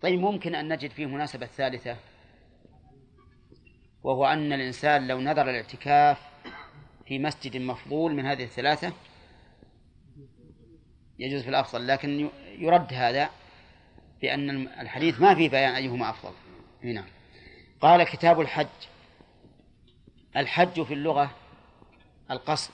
طيب ممكن أن نجد فيه مناسبة ثالثة، وهو أن الإنسان لو نذر الاعتكاف في مسجد مفضول من هذه الثلاثة يجوز في الأفضل، لكن يرد هذا بأن الحديث ما فيه بيان أيهما أفضل. هنا قال كتاب الحج. الحج في اللغة القصد،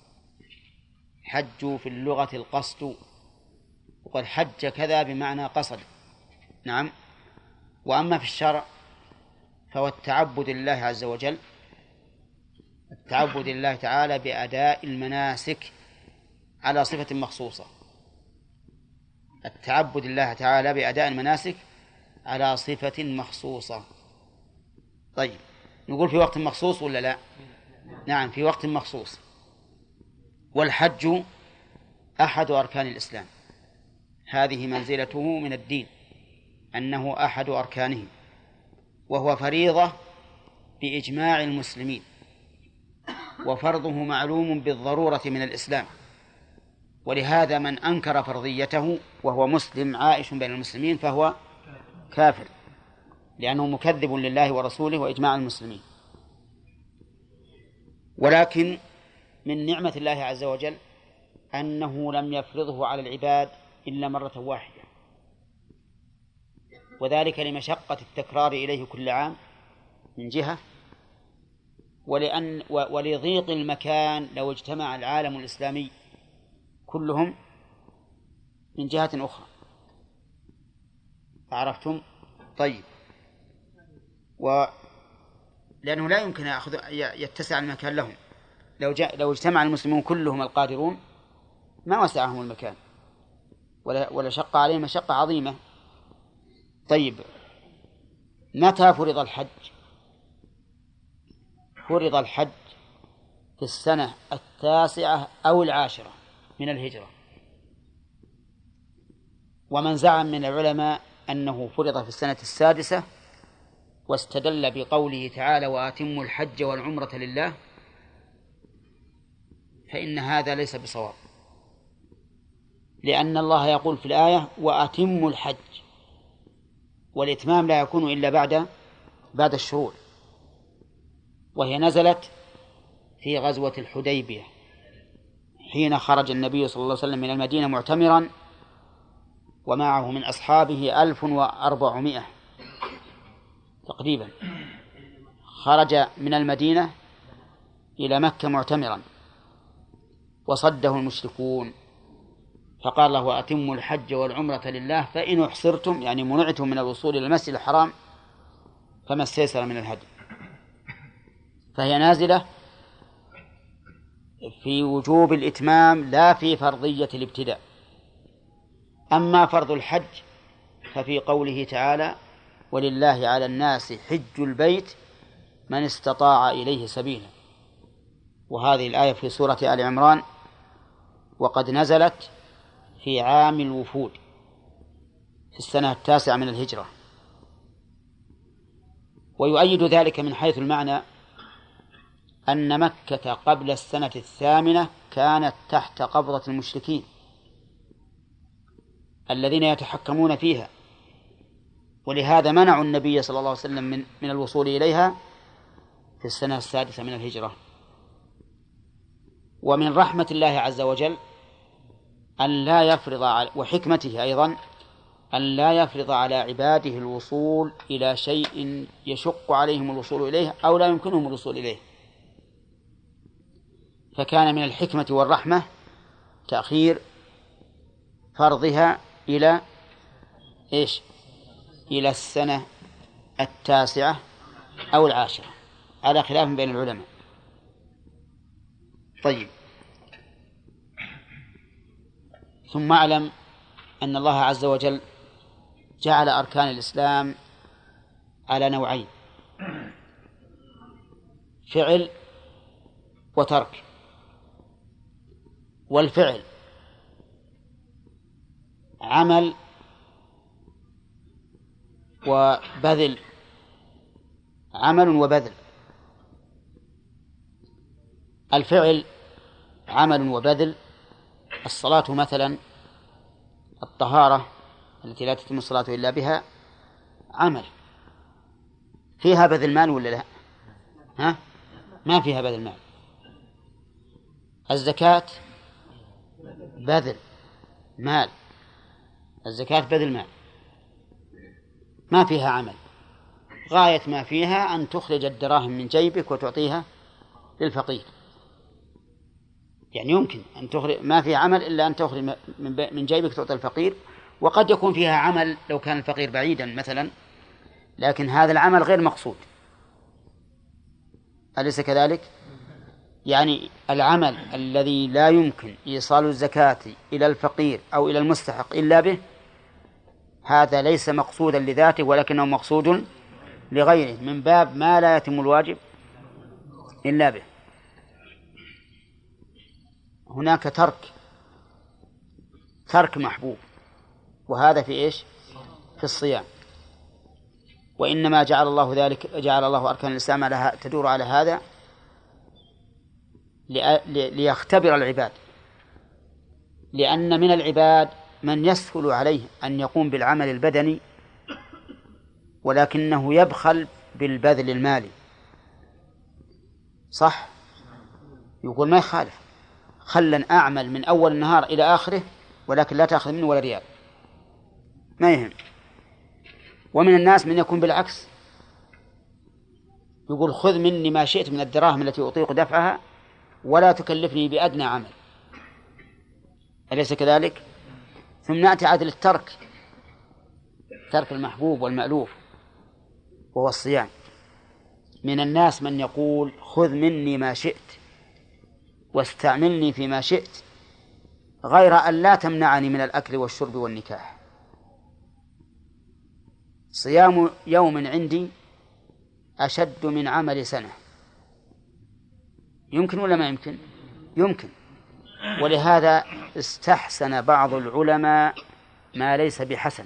حج في اللغة القصد، وقد حج كذا بمعنى قصد. نعم. وأما في الشرع فهو التعبد لله عز وجل، التعبد لله تعالى بأداء المناسك على صفة مخصوصة، التعبد لله تعالى بأداء المناسك على صفة مخصوصة. طيب نقول في وقت مخصوص ولا لا؟ نعم في وقت مخصوص. والحج أحد أركان الإسلام، هذه منزلته من الدين، أنه أحد أركانه، وهو فريضة بإجماع المسلمين، وفرضه معلوم بالضرورة من الإسلام. ولهذا من أنكر فرضيته وهو مسلم عائش بين المسلمين فهو كافر، لأنه مكذب لله ورسوله وإجماع المسلمين. ولكن من نعمة الله عز وجل أنه لم يفرضه على العباد إلا مرة واحدة، وذلك لمشقة التكرار إليه كل عام من جهة، ولضيق المكان لو اجتمع العالم الإسلامي كلهم من جهة أخرى. عرفتم؟ طيب. لأنه لا يمكن يتسع المكان لهم، لو اجتمع المسلمون كلهم القادرون ما وسعهم المكان ولا شق عليهم مشقة عظيمة. طيب متى فرض الحج؟ فرض الحج في السنة 9 أو 10 من الهجرة. ومن زعم من العلماء أنه فرض في السنة 6 واستدل بقوله تعالى وأتموا الحج والعمرة لله، فإن هذا ليس بصواب، لأن الله يقول في الآية وأتموا الحج، والإتمام لا يكون إلا بعد الشروع، وهي نزلت في غزوة الحديبية حين خرج النبي صلى الله عليه وسلم من المدينة معتمرا ومعه من أصحابه 1400 تقريبا. خرج من المدينة إلى مكة معتمرا وصده المشركون، فقال له وأتموا الحج والعمرة لله فإن أحصرتم، يعني منعتم من الوصول إلى المسجد الحرام، فما استيسر من الهدي. فهي نازلة في وجوب الإتمام لا في فرضية الابتداء. أما فرض الحج ففي قوله تعالى ولله على الناس حج البيت من استطاع إليه سبيلا، وهذه الآية في سورة آل عمران، وقد نزلت في عام الوفود في السنة 9 من الهجرة. ويؤيد ذلك من حيث المعنى أن مكة قبل السنة 8 كانت تحت قبضة المشركين الذين يتحكمون فيها، ولهذا منعوا النبي صلى الله عليه وسلم من الوصول إليها في السنة 6 من الهجرة. ومن رحمة الله عز وجل أن لا يفرض وحكمته أيضا أن لا يفرض على عباده الوصول إلى شيء يشق عليهم الوصول إليه أو لا يمكنهم الوصول إليه، فكان من الحكمة والرحمة تأخير فرضها إلى إلى السنة 9 أو 10 على خلاف بين العلماء. طيب ثم اعلم أن الله عز وجل جعل أركان الإسلام على نوعين: فعل وترك. والفعل عمل وبذل، عمل وبذل. الفعل عمل وبذل، الصلاة مثلا، الطهارة التي لا تتم الصلاة إلا بها، عمل فيها بذل مال ولا لا؟ ها؟ ما فيها بذل مال. الزكاة بذل مال، الزكاة بذل مال، ما فيها عمل، غاية ما فيها أن تخرج الدراهم من جيبك وتعطيها للفقير. يعني يمكن أن تخرج، ما في عمل إلا أن تخرج من جيبك تعطي الفقير. وقد يكون فيها عمل لو كان الفقير بعيدا مثلا، لكن هذا العمل غير مقصود، أليس كذلك؟ يعني العمل الذي لا يمكن إيصال الزكاة إلى الفقير أو إلى المستحق إلا به، هذا ليس مقصودا لذاته ولكنه مقصود لغيره، من باب ما لا يتم الواجب إلا به. هناك ترك محبوب، وهذا في إيش؟ في الصيام. وإنما جعل الله أركان الإسلام تدور على هذا ليختبر العباد، لأن من العباد من يسهل عليه أن يقوم بالعمل البدني ولكنه يبخل بالبذل المالي، صح؟ يقول ما يخالف، خلنا أعمل من أول النهار إلى آخره ولكن لا تأخذ منه ولا ريال، ما يهم. ومن الناس من يكون بالعكس، يقول خذ مني ما شئت من الدراهم التي أطيق دفعها ولا تكلفني بأدنى عمل، أليس كذلك؟ ثم نأتي عدل الترك، ترك المحبوب والمألوف وهو الصيام. من الناس من يقول خذ مني ما شئت واستعملني فيما شئت غير أن لا تمنعني من الأكل والشرب والنكاح. صيام يوم عندي أشد من عمل سنة. يمكن ولا ما يمكن؟ يمكن. ولهذا استحسن بعض العلماء ما ليس بحسن.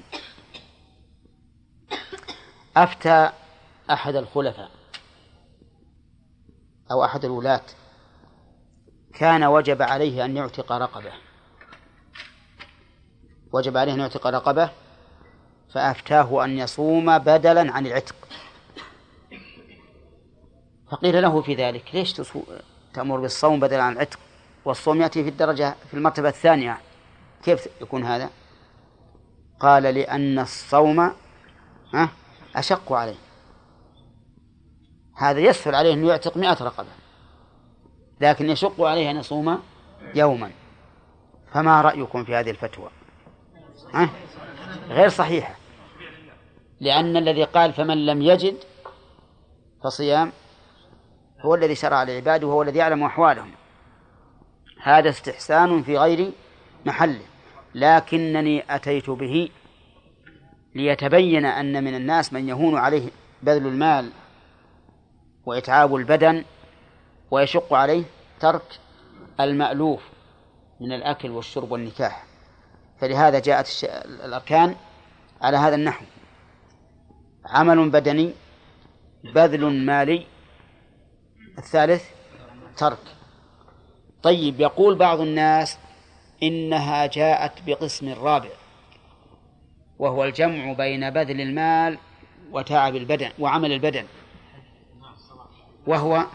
أفتى أحد الخلفاء أو أحد الولاة، كان وجب عليه أن يعتق رقبة، فأفتاه أن يصوم بدلا عن العتق. فقيل له في ذلك ليش تأمر بالصوم بدلا عن العتق والصوم يأتي في المرتبة الثانية، كيف يكون هذا؟ قال لأن الصوم أشق عليه، هذا يسهل عليه أن يعتق 100 رقبة لكن يشق عليه أن يصوم يوما. فما رأيكم في هذه الفتوى؟ غير صحيحة، لأن الذي قال فمن لم يجد فصيام هو الذي شرع لعباده وهو الذي يعلم أحوالهم. هذا استحسان في غير محله، لكنني أتيت به ليتبين أن من الناس من يهون عليه بذل المال وإتعاب البدن ويشق عليه ترك المألوف من الأكل والشرب والنكاح. فلهذا جاءت الأركان على هذا النحو: عمل بدني، بذل مالي، الثالث ترك. طيب، يقول بعض الناس إنها جاءت بقسم رابع وهو الجمع بين بذل المال وتعب البدن وعمل البدن، وهو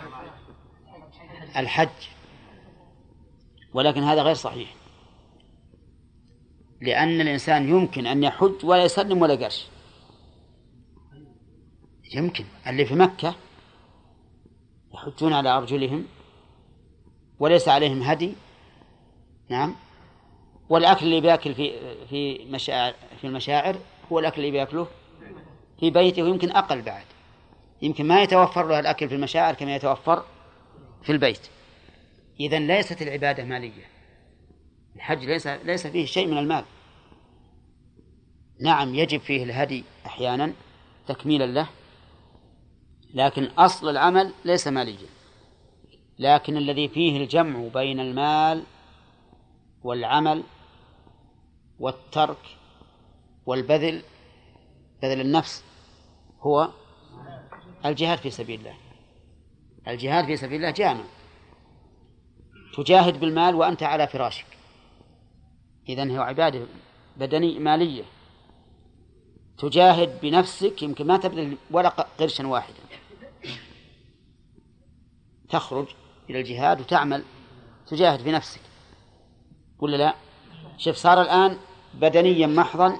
الحج. ولكن هذا غير صحيح، لأن الإنسان يمكن أن يحج ولا يسلم ولا قرش. يمكن اللي في مكة يحجون على أرجلهم وليس عليهم هدي، نعم، والأكل اللي بيأكل في المشاعر هو الأكل اللي بيأكله في بيته، ويمكن أقل بعد، يمكن ما يتوفر له الأكل في المشاعر كما يتوفر في البيت. إذن ليست العبادة مالية، الحج ليس فيه شيء من المال. نعم يجب فيه الهدي أحيانا تكميلا له، لكن أصل العمل ليس ماليا. لكن الذي فيه الجمع بين المال والعمل والترك والبذل، بذل النفس، هو الجهاد في سبيل الله. الجهاد في سبيل الله جامع، تجاهد بالمال وأنت على فراشك، إذن هي عبادة بدني مالية. تجاهد بنفسك، يمكن ما تبذل ولا قرشا واحدا، تخرج إلى الجهاد وتعمل تجاهد بنفسك ولا لا؟ شوف صار الآن بدنيا محضا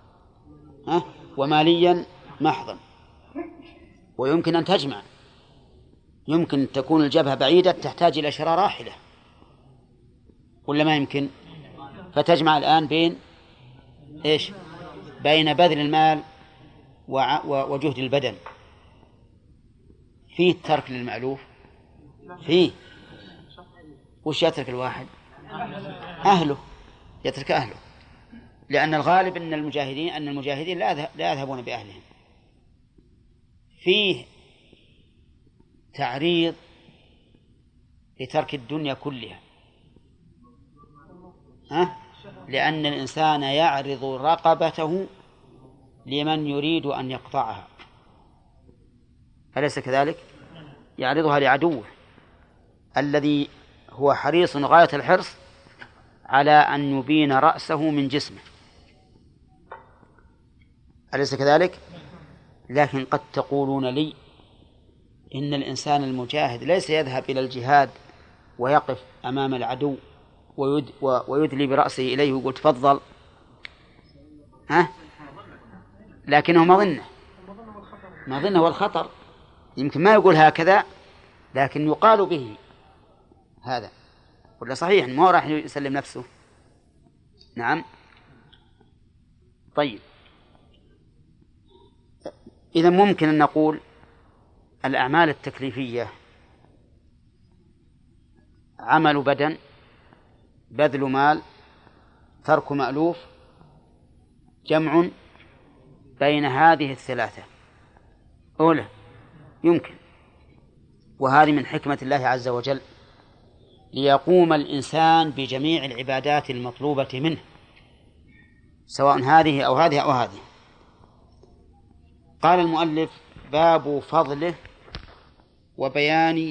وماليا محضا، ويمكن أن تجمع، يمكن تكون الجبهة بعيدة تحتاج إلى شراء راحلة ولا ما يمكن؟ فتجمع الآن بين إيش؟ بين بذل المال وجهد البدن. فيه ترك للمألوف، فيه وش يترك الواحد؟ أهله، يترك أهله، لأن الغالب أن المجاهدين لا يذهبون بأهلهم. فيه تعريض لترك الدنيا كلها، لأن الإنسان يعرض رقبته لمن يريد أن يقطعها، أليس كذلك؟ يعرضها لعدوه الذي هو حريص غاية الحرص على أن يبين رأسه من جسمه، أليس كذلك؟ لكن قد تقولون لي إن الإنسان المجاهد ليس يذهب إلى الجهاد ويقف أمام العدو ويدلي برأسه إليه ويقول تفضل، لكنه مظنه والخطر، يمكن ما يقول هكذا لكن يقال به هذا، ولا صحيح ما هو راح يسلم نفسه؟ نعم. طيب، إذا ممكن أن نقول الأعمال التكليفية عمل بدن، بذل مال، ترك مألوف، جمع بين هذه الثلاثة أولى يمكن، وهذه من حكمة الله عز وجل ليقوم الإنسان بجميع العبادات المطلوبة منه، سواء هذه أو هذه أو هذه. قال المؤلف: باب فضله وبيان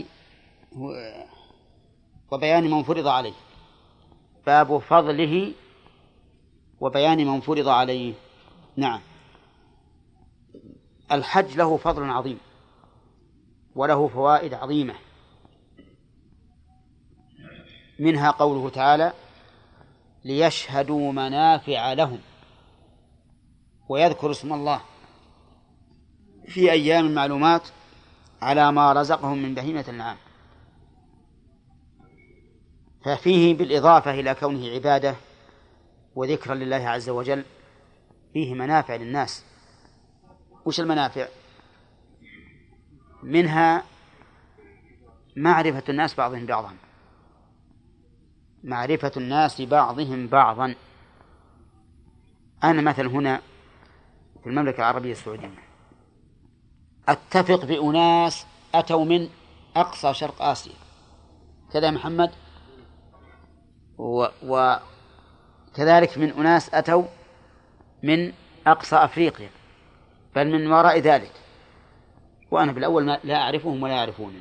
من فرض عليه. باب فضله وبيان من فرض عليه. نعم، الحج له فضل عظيم وله فوائد عظيمة، منها قوله تعالى: ليشهدوا منافع لهم ويذكروا اسم الله في أيام معلومات على ما رزقهم من بهيمة الأنعام. ففيه بالإضافة إلى كونه عبادة وذكرا لله عز وجل فيه منافع للناس. وش المنافع؟ منها معرفة الناس بعضهم بعضا، معرفة الناس بعضهم بعضا. أنا مثلا هنا في المملكة العربية السعودية أتفق بأناس أتوا من أقصى شرق آسيا، كذا محمد، وكذلك من أناس أتوا من أقصى أفريقيا، بل من وراء ذلك، وأنا بالأول لا أعرفهم ولا يعرفونني.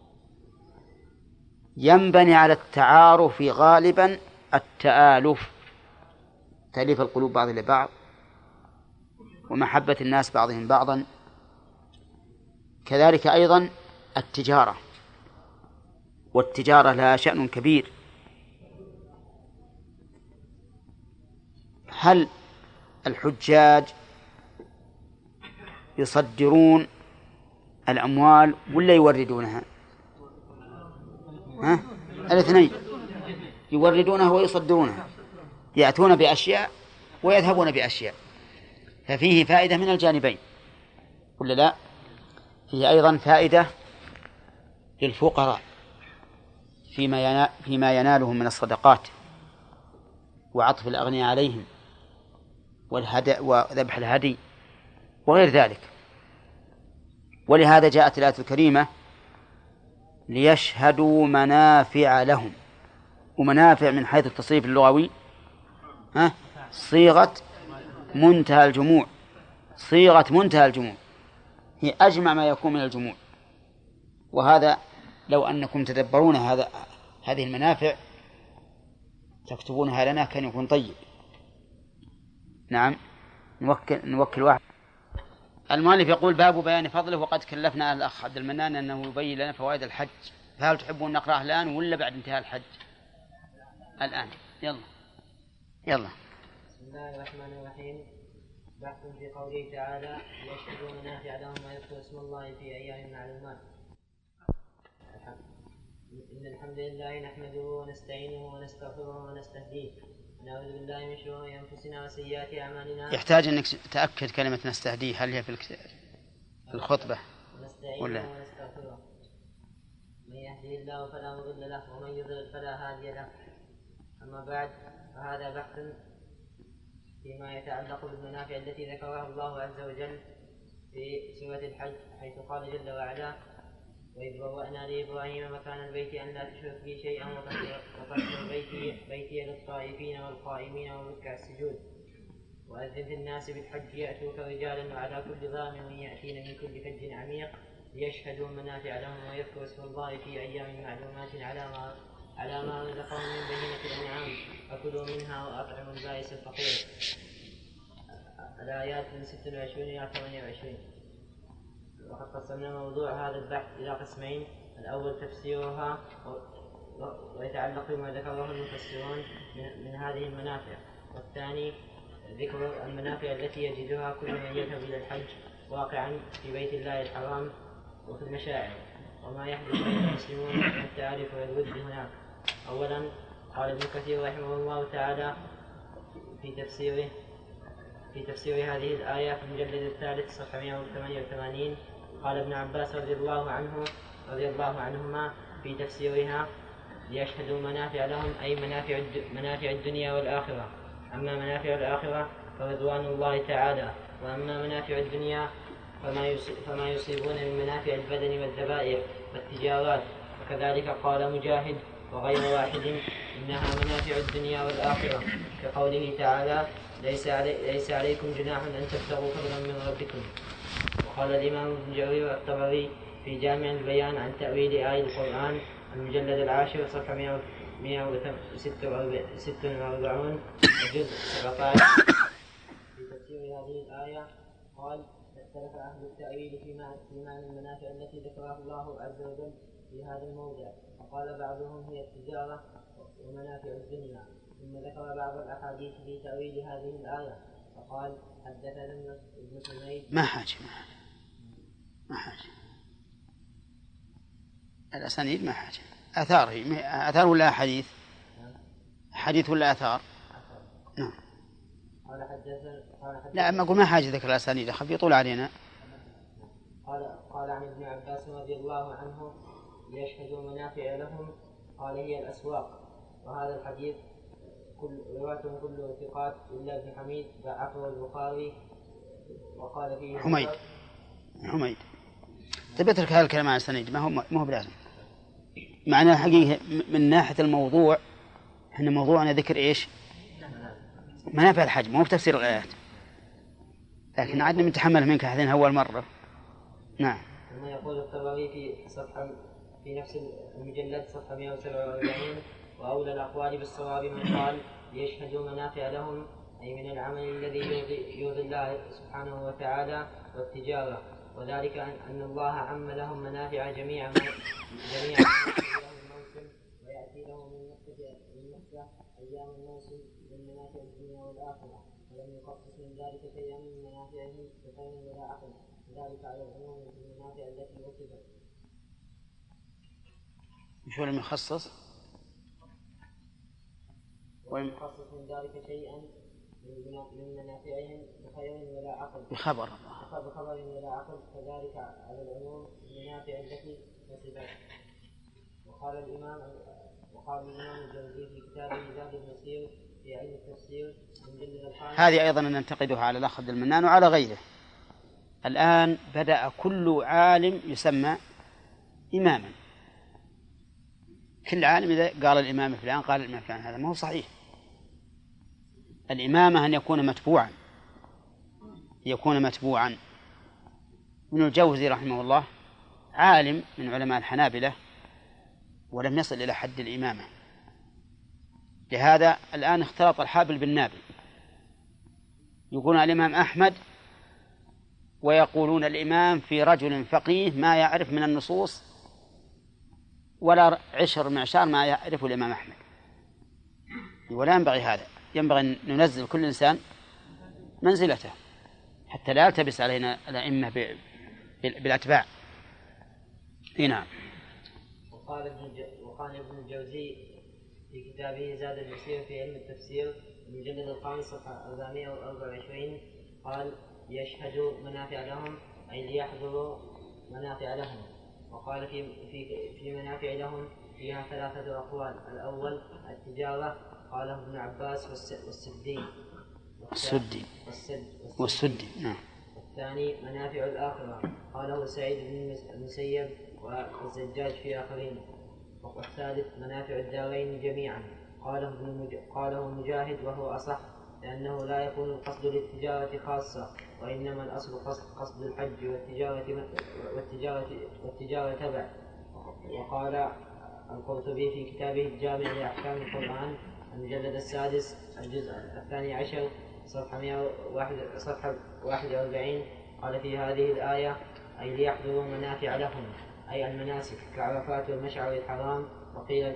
ينبني على التعارف غالبا التآلف، تأليف القلوب بعض لبعض، ومحبة الناس بعضهم بعضا. كذلك أيضا التجارة، والتجارة لها شأن كبير. هل الحجاج يصدرون الأموال ولا يوردونها؟ الاثنين، يوردونها ويصدرونها، يأتون بأشياء ويذهبون بأشياء، ففيه فائدة من الجانبين ولا لا؟ فيه أيضا فائدة للفقراء فيما ينالهم من الصدقات وعطف الأغنياء عليهم وذبح الهدي وغير ذلك. ولهذا جاءت الآية الكريمة: ليشهدوا منافع لهم. ومنافع من حيث التصريف اللغوي صيغة منتهى الجموع، صيغة منتهى الجموع، هي أجمع ما يكون من الجموع. وهذا لو أنكم تدبرون هذه المنافع تكتبونها لنا كان يكون طيب. نعم، نوكل واحد. المؤلف يقول باب بيان فضله، وقد كلفنا الأخ عبد المنان أنه يبين لنا فوائد الحج، فهل تحبون نقرأه الآن ولا بعد انتهاء الحج؟ الآن. يلا. بسم الله الرحمن الرحيم. بحث في قوله تعالى ليشهدوا منافع لهم ويذكروا اسم الله في أيام معلومات. إن الحمد لله نحمده ونستعينه ونستغفره ونستهديه، ونعوذ بالله من شرور أنفسنا وسيئات أعمالنا. يحتاج أنك تأكد كلمة نستهديه، هل هي في الخطبة ولا؟ ونستغفره. من يهده الله فلا مضل له ومن يضلل فلا هادي له. أما بعد، فهذا بحث فيما يتعلق بالمنافع التي ذكرها الله عز وجل في سورة الحج، حيث قال جل وعلا: وإذ بوأنا لإبراهيم مكان البيت أن لا تشرك بي شيئا وطهر بيتي للطائفين والقائمين والركع السجود، وأذن في الناس بالحج يأتوك رجالا وعلى كل ضامر يأتين من كل فج عميق ليشهدوا منافع لهم ويذكروا اسم الله في أيام معلومات على ما رزقهم من بهيمة الأنعام فكلوا منها وأطعموا البائس الفقير. الآيات من 26 إلى 28. وقد قسمنا موضوع هذا البحث إلى قسمين: الأول تفسيرها ويتعلق بما ذكره المفسرون من هذه المنافع، والثاني ذكر المنافع التي يجدها كل من يذهب إلى الحج واقعا في بيت الله الحرام وفي المشاعر، وما يحدث بين المسلمون من التعارف والود هناك. أولا، قال ابن كثير رحمه الله تعالى في تفسير هذه الآية في المجلد الثالث صفحة 188: قال ابن عباس رضي الله عنهما في تفسيرها: ليشهدوا منافع لهم، أي منافع الدنيا والآخرة. أما منافع الآخرة فرضوان الله تعالى، وأما منافع الدنيا فما يصيبون من منافع البدن والذبائح والتجارات. وكذلك قال مجاهد وغير واحد: إنها منافع الدنيا والآخرة، كقوله تعالى: ليس عليكم جناح أن تبتغوا فضلا من ربكم. وقال الإمام ابن جرير الطبري في جامع البيان عن تأويل آية القرآن المجلد العاشر صفحة 146 الجزء 17 في تفسير هذه الآية قال: اختلف أهل التأويل في معنى المنافع التي ذكرها الله عز وجل في هذا الموضع، فقال بعضهم هي التجارة ومنافع الدنيا. ثم ذكر بعض الأحاديث في تأويل هذه الآية، فقال: حدثنا ابن سميد. ما حاجة الأسانيد ما حاجة. آثار ولا حديث؟ حديث ولا آثار؟ نعم. لا، ما أقول ما حاجة ذكر الأسانيد، أخاف يطول علينا. قال عن ابن عباس رضي الله عنه: ليشهدوا منافع لهم، قال: هي الأسواق. وهذا الحديث رواته كله ثقات إلا ابن حميد ضعفه البخاري وقال فيه حميد. طيب اترك هذا الكلام عن السند، ما هو بلازم. معناه حقيقة من ناحية الموضوع، احنا موضوعنا ذكر ايش؟ منافع الحج، ما هو بتفسير الآيات، لكن عدنا نتحمل منك هذين أول مرة. نعم. ثم يقول الطبري في نفس المجلد صفحة 147: وأولى الأقوال بالصواب من قال: ليشهدوا منافع لهم، أي من العمل الذي يرضي الله سبحانه وتعالى والتجارة، وذلك أن الله عم لهم منافع جميع الموسم، ويأتي لهم من نفسه أيام الموسم من منافع الدنيا والآخرة، ولم يخصص من ذلك شيئا من منافعهم بخير ولا عقل، ذلك على العموم في المنافع التي وصفت. شو لم يخصص؟ ولم يخصص من ذلك شيئا من منافعهم بخير ولا عقل، بخبر ولا عقل، كذلك على العموم المنافع التي وصفت. وقال الإمام الجوزي في كتابه زاد المسير في علم التفسير من جلد الخامس. هذه أيضا ننتقدها على الأخ عبد المنان وعلى غيره. الآن بدأ كل عالم يسمى إماما، كل عالم إذا قال الإمام فلان قال الإمام فلان، هذا ما هو صحيح. الإمامة أن يكون متبوعا. ابن الجوزي رحمه الله عالم من علماء الحنابلة ولم يصل إلى حد الإمامة، لهذا الآن اختلط الحابل بالنابل. يقولون الإمام أحمد ويقولون الإمام في رجل فقيه ما يعرف من النصوص ولا عشر معشار ما يعرفه الإمام أحمد. ولا ينبغي هذا، ينبغي أن ننزل كل إنسان منزلته حتى لا يلتبس علينا الأئمة بالأتباع. نعم. وقال ابن الجوزي في كتابه زاد المسير في علم التفسير المجلد الخامس صفحة 424 قال: يشهدوا منافع لهم أي ليحضروا منافع لهم. وقال في منافع لهم فيها 3 أقوال: الأول التجارة قاله ابن عباس والسدي. نعم. الثاني منافع الآخرة قاله سعيد بن المسيب والزجاج في آخرين. والثالث منافع الدارين جميعا قاله مجاهد وهو أصح، لأنه لا يكون القصد للتجارة خاصة، وإنما الأصل قصد الحج والتجارة تبع. وقال القرطبي في كتابه الجامع لأحكام القرآن المجلد السادس الجزء 12 صفحة 41 قال في هذه الآية: أي ليحضروا منافع لهم أي المناسك كعرفات والمشعر الحرام. وقيل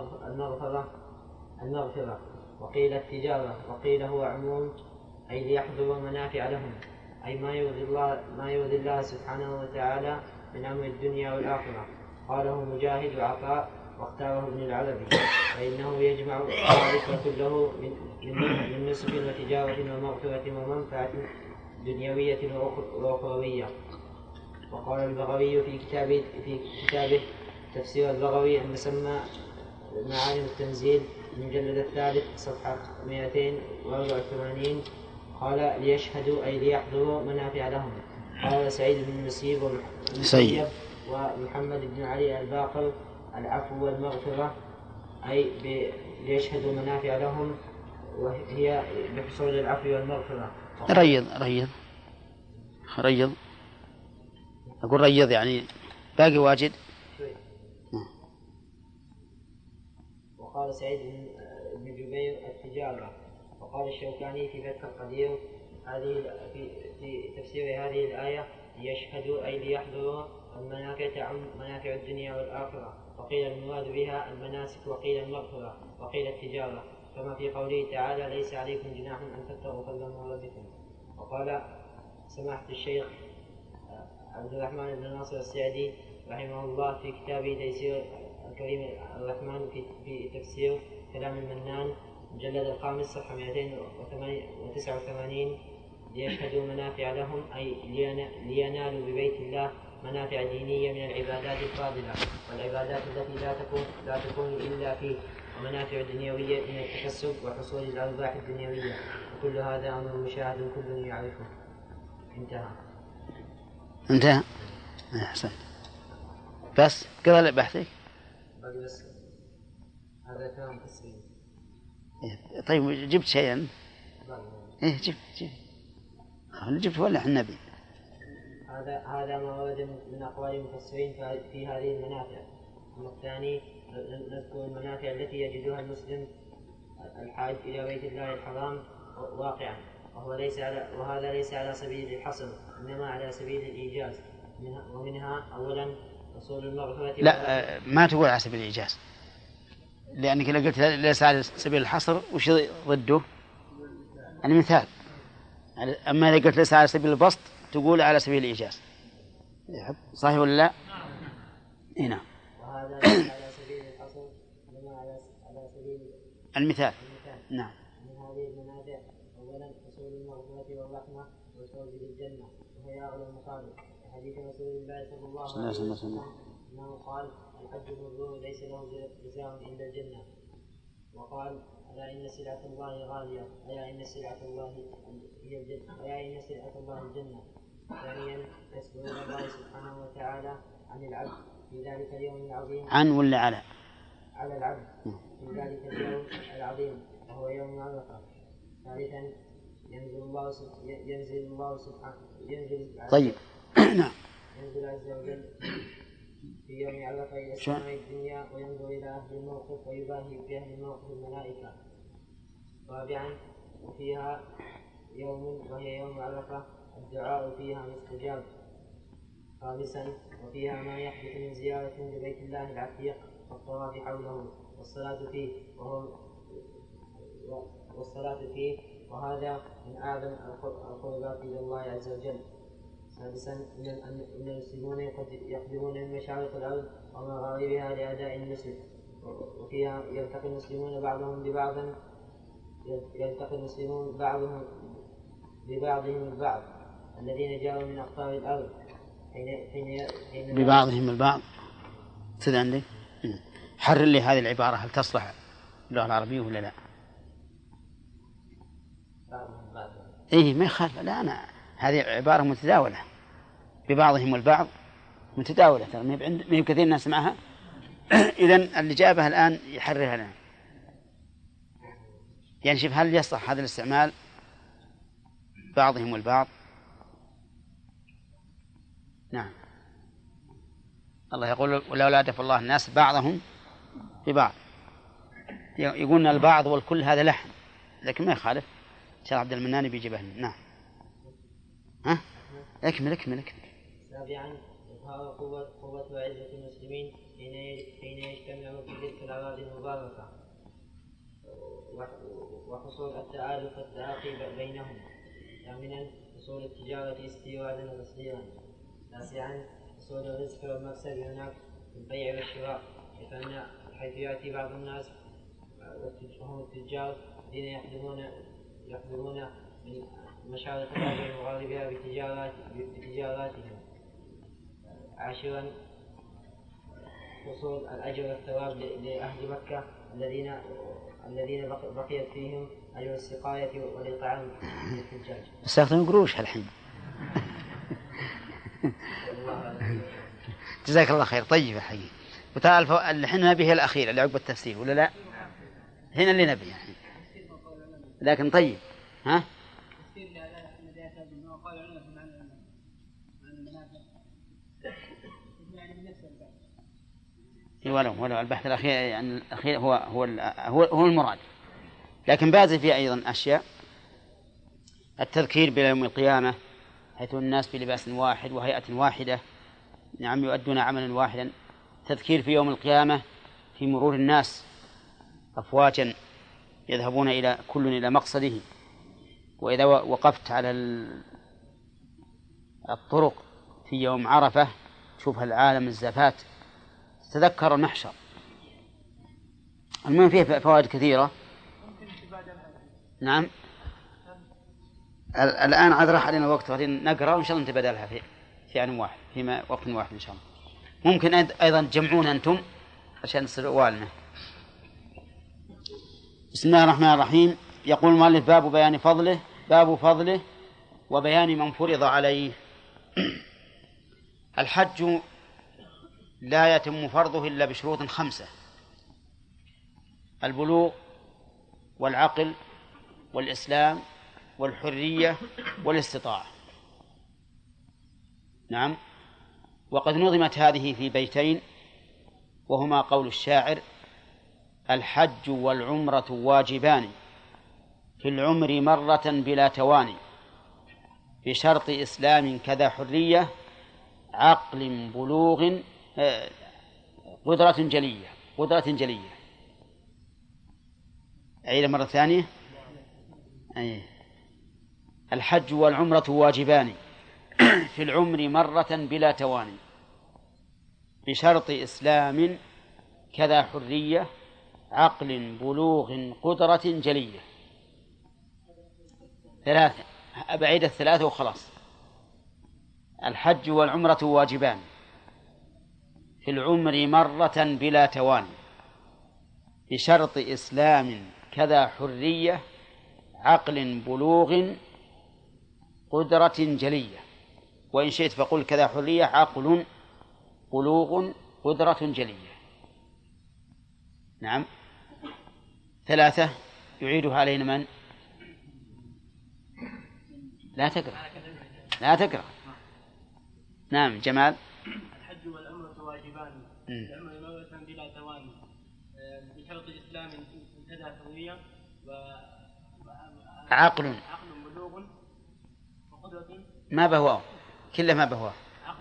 المغفرة وقيل التجارة وقيل هو عموم أي ليحضروا منافع لهم أي ما يرضي الله سبحانه وتعالى من أمر الدنيا والآخرة. قاله مجاهد وعطاء واختاره ابن العربي، فإنه يجمع ذلك كله من نسك وتجارة ومغفرة ومنفعة دنيوية وأخروية. وقال البغوي في كتابه تفسير البغوي المسمى معالم التنزيل المجلد الثالث صفحة 284 قال: ليشهدوا أي ليحضروا منافع لهم. قال سعيد بن المسيب ومحمد بن علي الباقر: العفو والمغفرة أي ليشهدوا منافع لهم، وهي بحصول العفو والمغفرة. ريض أقول ريض يعني باقي واجد. وقال سعيد بن جبير التجارة. وقال الشوكاني في فتح القدير في تفسير هذه الآية: يشهدوا أي ليحضروا المنافع تعم منافع الدنيا والآخرة. وقيل المراد بها المناسك وقيل المغفرة وقيل التجارة، كما في قوله تعالى: ليس عليكم جناح أن تبتغوا فضلا من ربكم. وقال سماحة الشيخ عبد الرحمن بن ناصر السعدي رحمه الله في كتابه تيسير الكريم الرحمن في تفسير كلام المنان مجلد الخامس صفحة 289: ليشهدوا منافع لهم أي لينالوا ببيت الله منافع دينية من العبادات الفاضلة والعبادات التي لا تكون إلا فيه، ومنافع دنيوية من التكسب وحصول الأرباح الدنيوية. وكل هذا أمر مشاهد كل يعرفه. انتهى. أحسن. بس قرأ بحثك. بس هذا كلام تسليم. طيب جبت شيئا؟ جبت ولا النبي؟ هذا ما ورد من أقوال المفسرين في هذه المنافع. والثاني نذكر المنافع التي يجدها المسلم الحاج إلى بيت الله الحرام واقعا، وهذا ليس على سبيل الحصر، إنما على سبيل الإيجاز. ومنها أولا حصول المغفرة. لا، ما تقول على سبيل الإيجاز، لأنك لو قلت ليس على سبيل الحصر وش ضده؟ المثال. أما إذا قلت ليس على سبيل البسط تقول على سبيل الإيجاز. صحيح ولا لا؟ هنا. وهذا ليس على سبيل الحصر، إنما على سبيل المثال. نعم. من هذه المنافع أولا حصول المغفرة والرحمة والفوز بالجنة، وهي أغلى المصالح. حديث رسول الله صلى الله عليه وسلم أنه قال: الحج المبرور ليس له جزاء إلا الجنة. وقال: ألا إن سلعة الله غالية، ألا إن سلعة الله هي الجنة، ألا إن سلعة الله الجنة. ثانيا يسأل الله سبحانه وتعالى عن العبد في ذلك اليوم العظيم. عن ولا على؟ على العبد في ذلك اليوم العظيم وهو يوم عرفة. ثالثا ينزل الله سبحانه طيب. نعم. ينزل عز وجل في يوم عرفة إلى السماء الدنيا وينظر إلى أهل الموقف ويباهي بأهل الموقف الملائكة. رابعا وفيها يوم وهي يوم عرفة الدعاء فيها مستجاب. خامسا وفيها ما يحدث من زيارة لبيت الله العتيق والطواف حوله والصلاة فيه وهذا من أعظم القربات إلى الله عز وجل. سادسا إن المسلمون يقدمون من مشارق الأرض ومغاربها لأداء النسك، وفيها يلتقي المسلمون بعضهم ببعضهم البعض الذين جاءوا من أقطار الأرض حين ببعضهم البعض. سيد عندي حرر لي هذه العبارة، هل تصلح اللغة العربية ولا لا؟ إيه ما يخالف، لا أنا هذه عبارة متداولة، ببعضهم البعض متداولة، ترى ما هي كثير الناس معها. إذن الإجابة الآن يحررها لنا، يعني شوف هل يصح هذا الاستعمال بعضهم البعض؟ نعم، الله يقول ولولا دفع الله الناس بعضهم ببعض، يقولنا البعض والكل هذا لحن، لكن ما يخالف. شيخ عبد المنان بيجيبه. نعم، ها اكمل. سابعا إظهار قوة وعزة المسلمين حين يجتمعوا في تلك الأراضي المباركة وحصول التآلف والتعاقي بينهم. ثامنا حصول التجارة استيرادا وتصديرا. تاسعا حصول الرزق والمكسب هناك في البيع والشراء، حيث يأتي بعض الناس وهم التجار الذين يحضرون من مشارق الأرض ومغاربها بتجاراتهم. عاشرا حصول الأجر والثواب لأهل مكة الذين بقيت فيهم أجر السقاية والإطعام للحجاج. استخدم قروش الحين. جزاك الله خير. طيب يا حي، وتعال الحين نبي الأخير اللي عقب التفسير ولا لا؟ هنا اللي نبي يعني. لكن طيب ها؟ ولو البحث الأخير يعني الأخير هو المراد، لكن بازل فيه أيضا أشياء. التذكير بيوم القيامة حيث الناس بلباس واحد وهيئة واحدة، نعم يؤدون عملا واحدا. تذكير في يوم القيامة في مرور الناس أفواجا يذهبون كل إلى مقصده، وإذا وقفت على الطرق في يوم عرفة تشوف العالم الزفات تتذكر المحشر. المهم فيه فوائد كثيرة. نعم، الآن عاد راح علينا وقت نقرأ وإن شاء الله نتبادلها في آن واحد، في وقت واحد إن شاء الله. ممكن أيضا تجمعون أنتم عشان تصير والنا. بسم الله الرحمن الرحيم. يقول المؤلف باب فضله وبيان من فرض عليه. الحج لا يتم فرضه إلا بشروط 5: البلوغ والعقل والإسلام والحرية والاستطاعة. نعم، وقد نظمت هذه في بيتين، وهما قول الشاعر: الحج والعمرة واجبان في العمر مرة بلا تواني، بشرط إسلام كذا حرية عقل بلوغ قدرة جلية. أعيد مرة ثانية. الحج والعمرة واجبان في العمر مرة بلا تواني، بشرط إسلام كذا حرية عقل بلوغ قدرة جلية. 3. أبعد 3 وخلاص. الحج والعمرة واجبان في العمر مرة بلا تواني، بشرط إسلام كذا حرية عقل بلوغ قدرة جلية. وإن شئت فقل كذا حرية عقل بلوغ قدرة جلية. نعم. 3 يعيدها علينا من؟ لا تقرأ. نعم جمال. الحج والعمرة واجبان العمر مرة بلا تواني، بشرط الإسلام كذا حرية عقل بلوغ وقدرة ما بهواه، كله ما بهواه،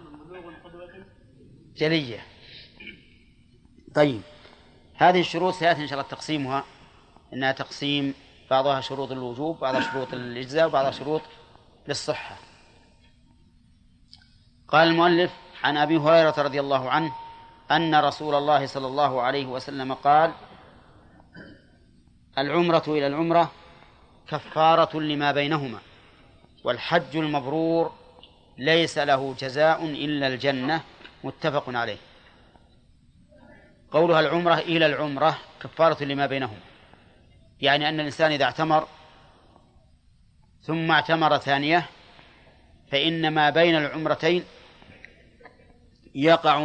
جلية. طيب، هذه الشروط سيأتي إن شاء الله تقسيمها، إنها تقسيم بعضها شروط الوجوب، بعضها شروط الإجزاء، وبعضها شروط للصحة. قال المؤلف: عن أبي هريرة رضي الله عنه أن رسول الله صلى الله عليه وسلم قال: العمرة إلى العمرة كفارة لما بينهما، والحج المبرور ليس له جزاء إلا الجنة. متفق عليه. قولها العمرة إلى العمرة كفارة لما بينهما، يعني أن الإنسان إذا اعتمر ثم اعتمر ثانية فإن ما بين العمرتين يقع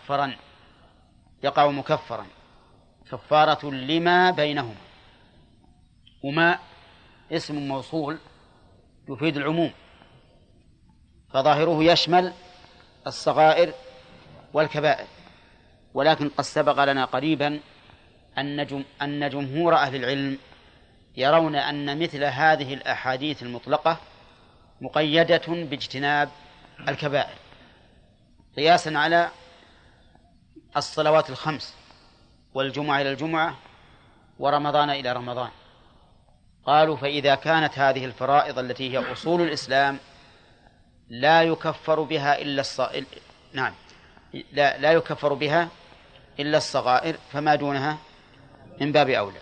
مكفرا كفارة لما بينهما. وما اسم موصول يفيد العموم، فظاهره يشمل الصغائر والكبائر، ولكن قد سبق لنا قريبا أن جمهور أهل العلم يرون أن مثل هذه الأحاديث المطلقة مقيدة باجتناب الكبائر، قياسا على الصلوات الخمس والجمعة إلى الجمعة ورمضان إلى رمضان. قالوا: فإذا كانت هذه الفرائض التي هي أصول الإسلام لا يكفر بها إلا الصغائر، فما دونها من باب أولى.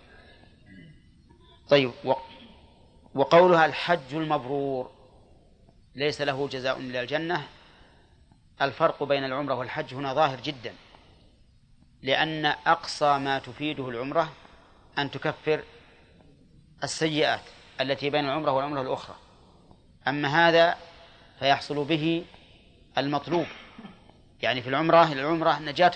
طيب، وقولها الحج المبرور ليس له جزاء إلا الجنة، الفرق بين العمرة والحج هنا ظاهر جدا، لأن أقصى ما تفيده العمرة أن تكفر السيئات التي بين العمرة والعمرة الأخرى، أما هذا فيحصل به المطلوب، يعني في العمرة نجاة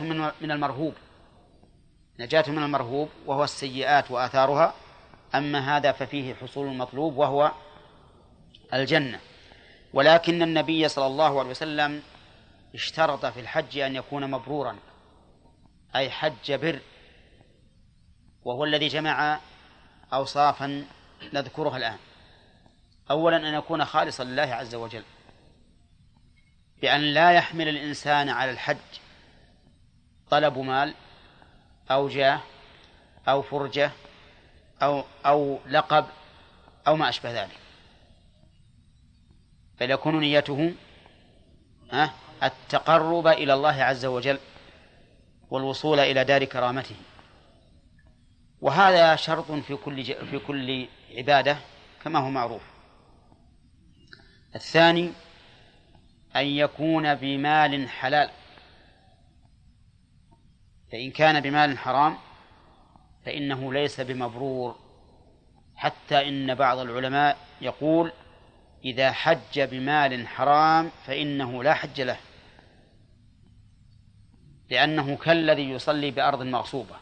من المرهوب وهو السيئات وآثارها، أما هذا ففيه حصول المطلوب وهو الجنة. ولكن النبي صلى الله عليه وسلم اشترط في الحج أن يكون مبرورا، أي حج بر، وهو الذي جمع أوصافا نذكرها الآن. أولا أن يكون خالصا لله عز وجل، بأن لا يحمل الإنسان على الحج طلب مال أو جاه أو فرجة أو لقب أو ما أشبه ذلك، بل يكون نيته التقرب إلى الله عز وجل والوصول إلى دار كرامته، وهذا شرط في كل عبادة كما هو معروف. الثاني أن يكون بمال حلال، فإن كان بمال حرام فإنه ليس بمبرور، حتى إن بعض العلماء يقول: إذا حج بمال حرام فإنه لا حج له، لأنه كالذي يصلي بأرض مغصوبة.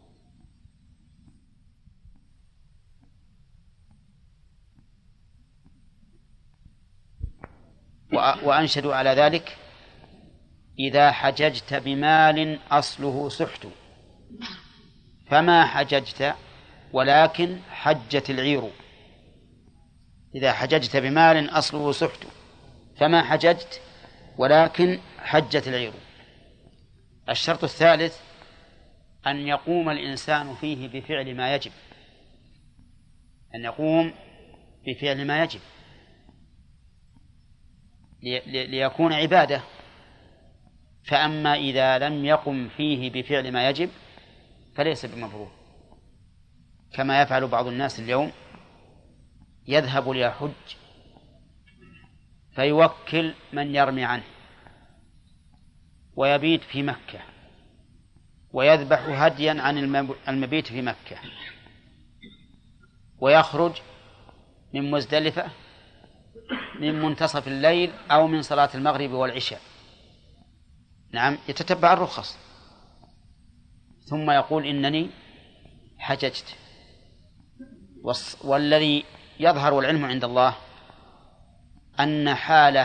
وأنشدوا على ذلك: إذا حججت بمال أصله سحت فما حججت ولكن حجت العير. إذا حججت بمال أصله سحت فما حججت ولكن حجت العير. الشرط الثالث أن يقوم الإنسان فيه بفعل ما يجب، أن يقوم بفعل ما يجب ليكون عبادة. فأما إذا لم يقم فيه بفعل ما يجب فليس بمبرور، كما يفعل بعض الناس اليوم، يذهب ليحج فيوكل من يرمي عنه ويبيت في مكة ويذبح هديا عن المبيت في مكة، ويخرج من مزدلفة من منتصف الليل أو من صلاة المغرب والعشاء، يتتبع الرخص، ثم يقول: إنني حججت. والذي يظهر والعلم عند الله أن حال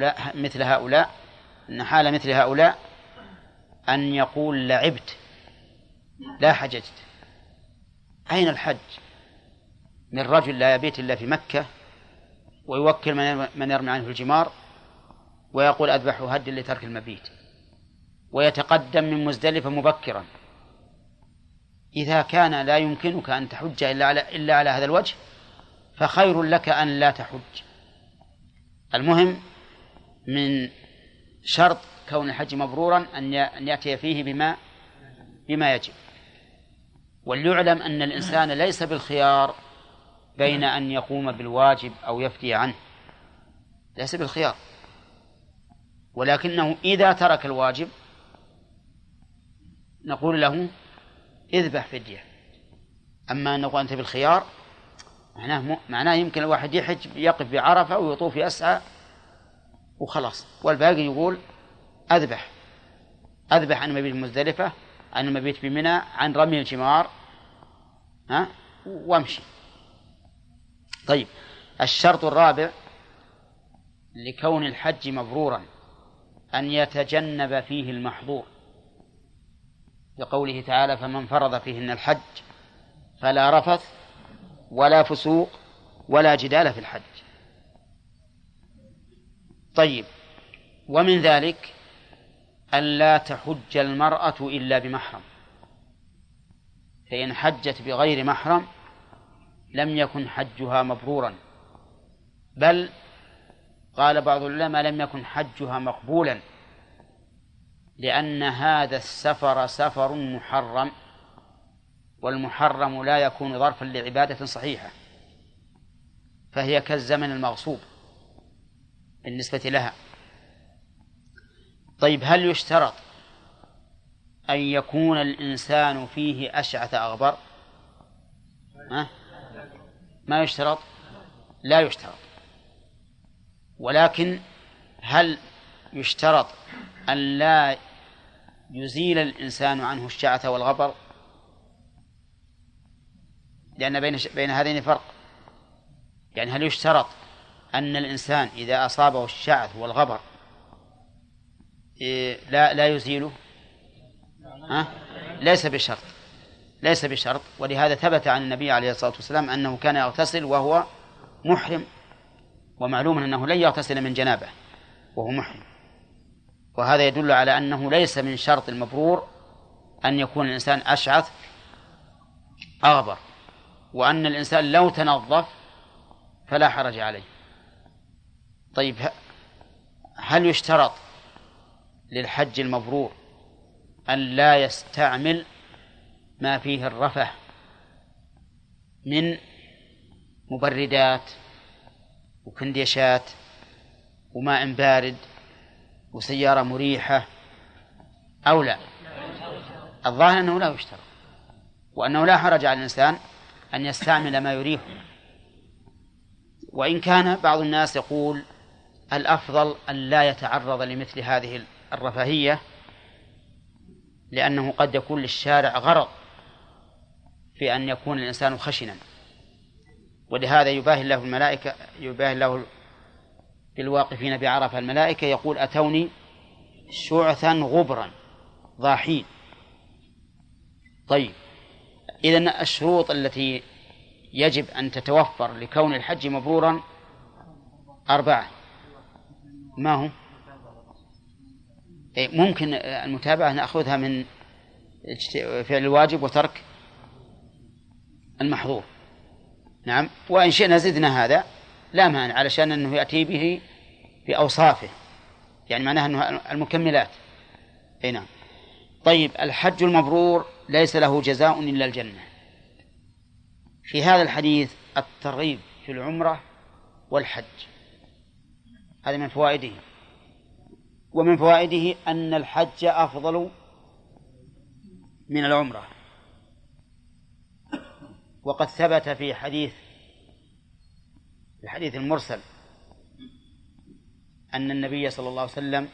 مثل هؤلاء أن يقول: لعبت لا حججت. أين الحج من رجل لا يبيت إلا في مكة ويوكل من يرمي عنه الجمار ويقول أذبح هد لترك المبيت، ويتقدم من مزدلفة مبكرا. إذا كان لا يمكنك أن تحج إلا على هذا الوجه فخير لك أن لا تحج. المهم من شرط كون الحج مبرورا أن يأتي فيه بما يجب. وليعلم أن الإنسان ليس بالخيار بين أن يقوم بالواجب أو يفتي عنه، ليس بالخيار، ولكنه إذا ترك الواجب نقول له اذبح فدية. أما أن نقول أنت بالخيار معناه يمكن الواحد يحج يقف بعرفة ويطوف يسعى وخلاص، والباقي يقول أذبح عن مبيت مزدلفة، عن المبيت بمنى، عن رمي الجمار، وامشي. طيب، الشرط الرابع لكون الحج مبرورا أن يتجنب فيه المحظور، لقوله تعالى فمن فرض فيهن الحج فلا رفث ولا فسوق ولا جدال في الحج. طيب، ومن ذلك ألا تحج المرأة إلا بمحرم، فإن حجت بغير محرم لم يكن حجها مبرورا، بل قال بعض العلماء لم يكن حجها مقبولا، لأن هذا السفر سفر محرم، والمحرم لا يكون ظرفا لعبادة صحيحة، فهي كالزمن المغصوب بالنسبة لها. طيب، هل يشترط أن يكون الإنسان فيه أشعث أغبر؟ ما يشترط، لا يشترط. ولكن هل يشترط أن لا يزيل الإنسان عنه الشعث والغبر؟ لأن بين هذين فرق. يعني هل يشترط أن الإنسان إذا أصابه الشعث والغبر لا يزيله؟ ليس بشرط. ولهذا ثبت عن النبي عليه الصلاة والسلام أنه كان يغتسل وهو محرم، ومعلوم أنه لن يغتسل من جنابه وهو محرم، وهذا يدل على أنه ليس من شرط المبرور أن يكون الإنسان أشعث أغبر، وأن الإنسان لو تنظف فلا حرج عليه. طيب، هل يشترط للحج المبرور أن لا يستعمل ما فيه الرفه من مبردات وكنديشات وماء بارد وسيارة مريحة أو لا؟ الظاهر أنه لا يشترط، وأنه لا حرج على الإنسان أن يستعمل ما يريحه. وإن كان بعض الناس يقول الأفضل أن لا يتعرض لمثل هذه الرفاهية، لأنه قد يكون للشارع غرض في أن يكون الإنسان خشنا، ولهذا يباهي الله بالواقفين بعرفة الملائكة يقول أتوني شعثا غبرا ضاحين. طيب، إذن الشروط التي يجب أن تتوفر لكون الحج مبرورا 4. ما هو؟ ممكن المتابعة نأخذها من فعل الواجب وترك المحظور، نعم، وإن شئنا زدنا هذا لا مانع، علشان أنه يأتي به بأوصافه، يعني معناها أنه المكملات. نعم. طيب، الحج المبرور ليس له جزاء إلا الجنة. في هذا الحديث الترغيب في العمرة والحج، هذا من فوائده. ومن فوائده أن الحج أفضل من العمرة، وقد ثبت في الحديث المرسل أن النبي صلى الله عليه وسلم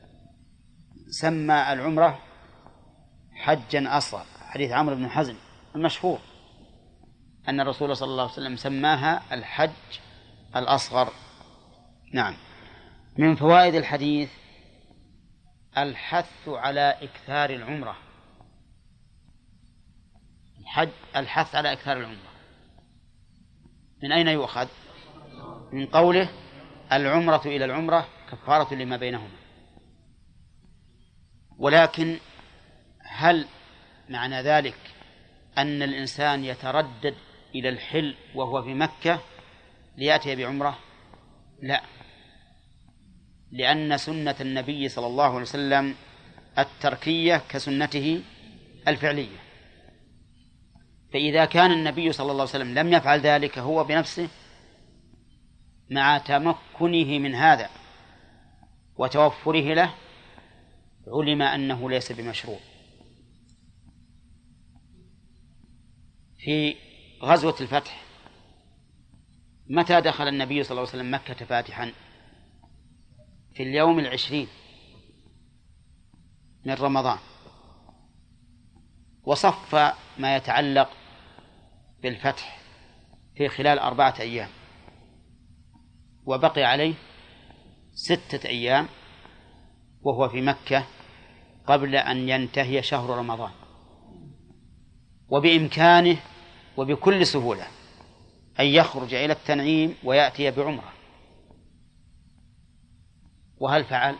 سمى العمرة حجا أصغر، حديث عمرو بن حزم المشهور أن الرسول صلى الله عليه وسلم سماها الحج الأصغر. نعم. من فوائد الحديث الحث على إكثار العمرة، الحث على إكثار العمرة. من أين يؤخذ؟ من قوله العمرة إلى العمرة كفارة لما بينهما. ولكن هل معنى ذلك أن الإنسان يتردد إلى الحل وهو في مكة ليأتي بعمرة؟ لا، لأن سنة النبي صلى الله عليه وسلم التركية كسنته الفعلية. فإذا كان النبي صلى الله عليه وسلم لم يفعل ذلك هو بنفسه مع تمكنه من هذا وتوفره له، علم أنه ليس بمشروع. في غزوة الفتح متى دخل النبي صلى الله عليه وسلم مكة فاتحا؟ في اليوم 20 من رمضان، وصف ما يتعلق بالفتح في خلال 4 أيام، وبقي عليه 6 أيام وهو في مكة قبل أن ينتهي شهر رمضان. وبإمكانه وبكل سهولة أن يخرج إلى التنعيم ويأتي بعمرة. وهل فعل؟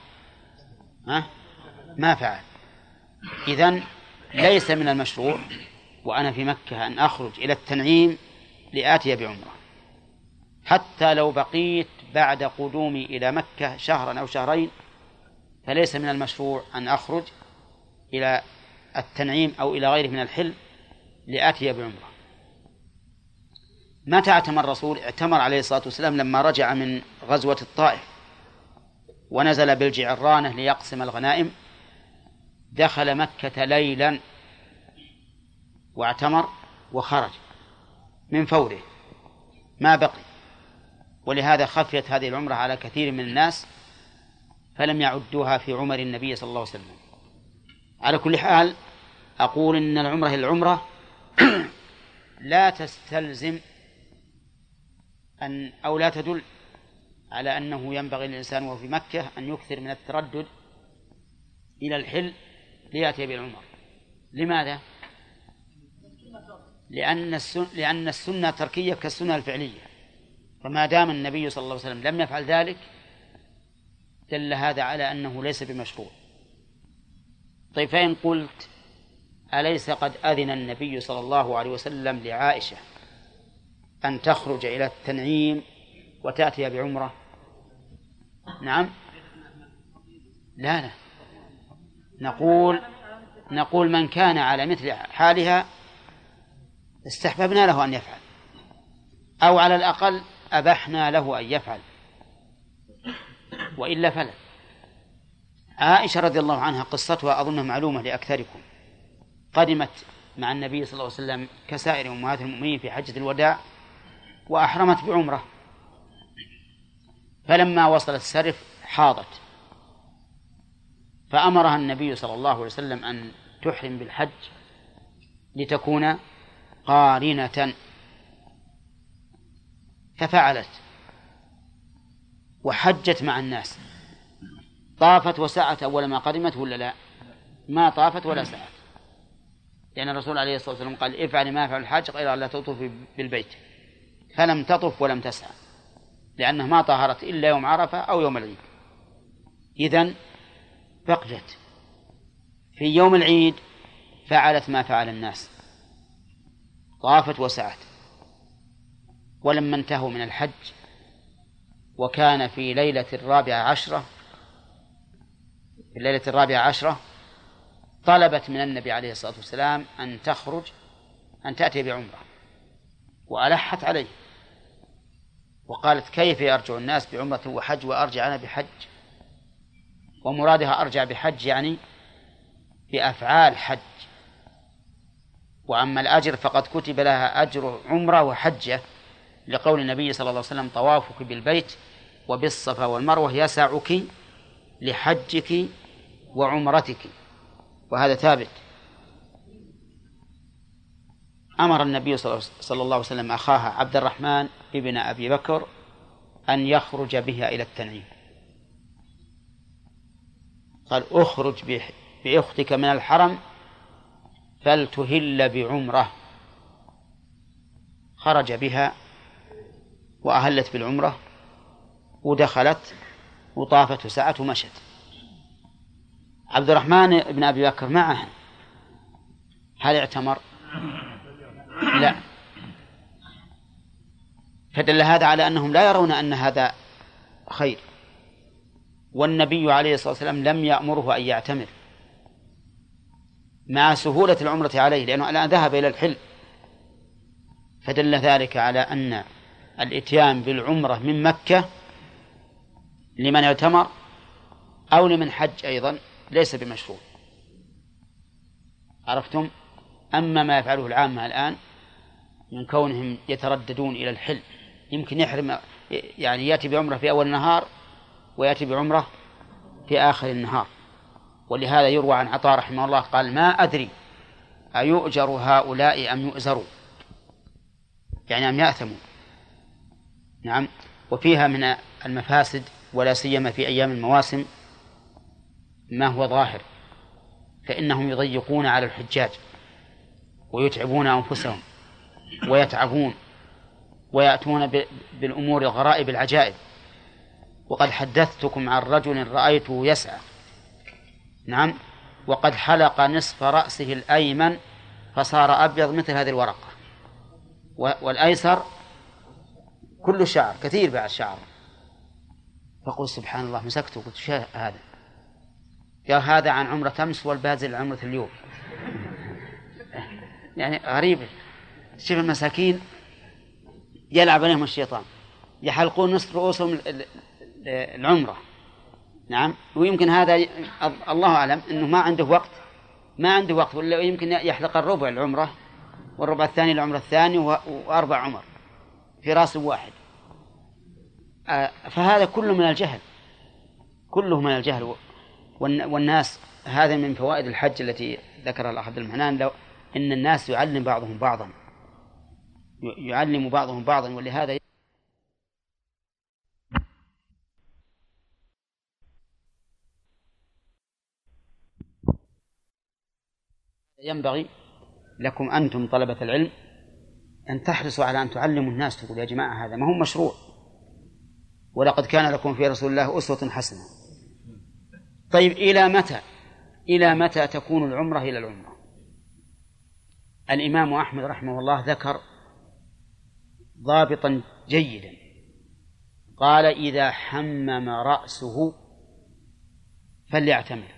ما فعل. إذن ليس من المشروع وأنا في مكة أن أخرج إلى التنعيم لآتي بعمرة، حتى لو بقيت بعد قدومي إلى مكة شهرا أو شهرين، فليس من المشروع أن أخرج إلى التنعيم أو إلى غيره من الحل لآتي بعمرة. متى اعتمر الرسول؟ اعتمر عليه الصلاة والسلام لما رجع من غزوة الطائف ونزل بالجعرانة ليقسم الغنائم، دخل مكة ليلا واعتمر وخرج من فوره ما بقي. ولهذا خفيت هذه العمرة على كثير من الناس فلم يعدوها في عمر النبي صلى الله عليه وسلم. على كل حال أقول إن العمرة لا تستلزم أو لا تدل على أنه ينبغي للإنسان وهو في مكة أن يكثر من التردد إلى الحل ليأتي بالعمرة. لماذا؟ لأن السنة تركية كالسنة الفعلية، فما دام النبي صلى الله عليه وسلم لم يفعل ذلك دل هذا على أنه ليس بمشروع. طيب، فإن قلت أليس قد أذن النبي صلى الله عليه وسلم لعائشة أن تخرج إلى التنعيم وتأتي بعمرة؟ نعم. لا، نقول من كان على مثل حالها استحببنا له أن يفعل، أو على الأقل أبحنا له أن يفعل، وإلا فلا. عائشة رضي الله عنها قصتها أظنها معلومة لأكثركم. قدمت مع النبي صلى الله عليه وسلم كسائر أمهات المؤمنين في حجة الوداع وأحرمت بعمرة، فلما وصلت السرف حاضت، فأمرها النبي صلى الله عليه وسلم أن تحرم بالحج لتكون قارنة، ففعلت وحجت مع الناس. طافت وسعت أول ما قدمت ولا لا؟ ما طافت ولا سعت، لأن الرسول عليه الصلاة والسلام قال افعل ما يفعل الحاج غير أن لا تطوف بالبيت، فلم تطف ولم تسعى لأنها ما طهرت إلا يوم عرفة أو يوم العيد. إذن بقيت في يوم العيد فعلت ما فعل الناس، طافت وسعت. ولما انتهوا من الحج وكان في ليلة 14 في الليلة 14 طلبت من النبي عليه الصلاة والسلام أن تخرج أن تأتي بعمرة، وألحت عليه وقالت كيف يرجع الناس بعمرة وحج وأرجع أنا بحج؟ ومرادها أرجع بحج يعني بأفعال حج، وأما الأجر فقد كتب لها أجر عمرة وحجة، لقول النبي صلى الله عليه وسلم طوافك بالبيت وبالصفا والمروة يسعك لحجك وعمرتك، وهذا ثابت. أمر النبي صلى الله عليه وسلم أخاها عبد الرحمن ابن أبي بكر أن يخرج بها إلى التنعيم، قال أخرج بأختك من الحرم فلتهل بعمرة. خرج بها وأهلت بالعمرة ودخلت وطافت وسعت ومشت. عبد الرحمن بن أبي بكر معه، هل اعتمر؟ لا. فدل هذا على أنهم لا يرون أن هذا خير، والنبي عليه الصلاة والسلام لم يأمره أن يعتمر مع سهولة العمرة عليه، لأنه الآن ذهب إلى الحل. فدل ذلك على أن الإتيان بالعمرة من مكة لمن اعتمر أو لمن حج أيضا ليس بمشروع. عرفتم؟ أما ما يفعله العامة الآن من كونهم يترددون إلى الحل، يمكن يحرم، يعني يأتي بعمرة في أول النهار ويأتي بعمرة في آخر النهار. ولهذا يروى عن عطاء رحمه الله قال: ما أدري أيؤجر هؤلاء أم يؤزروا، يعني أم يأثموا. نعم. وفيها من المفاسد ولا سيما في أيام المواسم ما هو ظاهر، فإنهم يضيقون على الحجاج ويتعبون أنفسهم ويتعبون ويأتون بالأمور الغرائب العجائب. وقد حدثتكم عن رجل رأيته يسعى، نعم، وقد حلق نصف رأسه الأيمن فصار أبيض مثل هذه الورقة، والأيسر كله شعر كثير بعد شعر. فقل سبحان الله، مسكته قلت: شو هذا؟ قال: هذا عن عمرة أمس والبازل عن عمرة اليوم. يعني غريبة. شوف المساكين يلعب عليهم الشيطان، يحلقون نصف رؤوسهم العمرة. نعم. ويمكن هذا الله أعلم أنه ما عنده وقت، ولا يمكن يحلق الربع العمرة والربع الثاني العمرة الثاني وأربع عمر في رأس واحد. فهذا كله من الجهل، كله من الجهل. والناس، هذا من فوائد الحج التي ذكرها الأخ عبد المنان، لو إن الناس يعلم بعضهم بعضا، ولهذا ينبغي لكم أنتم طلبة العلم أن تحرصوا على أن تعلموا الناس، تقول: يا جماعة هذا ما هو مشروع، ولقد كان لكم في رسول الله أسوة حسنة. طيب، إلى متى تكون العمرة إلى العمرة؟ الإمام أحمد رحمه الله ذكر ضابطا جيدا، قال: إذا حمم رأسه فليعتمر.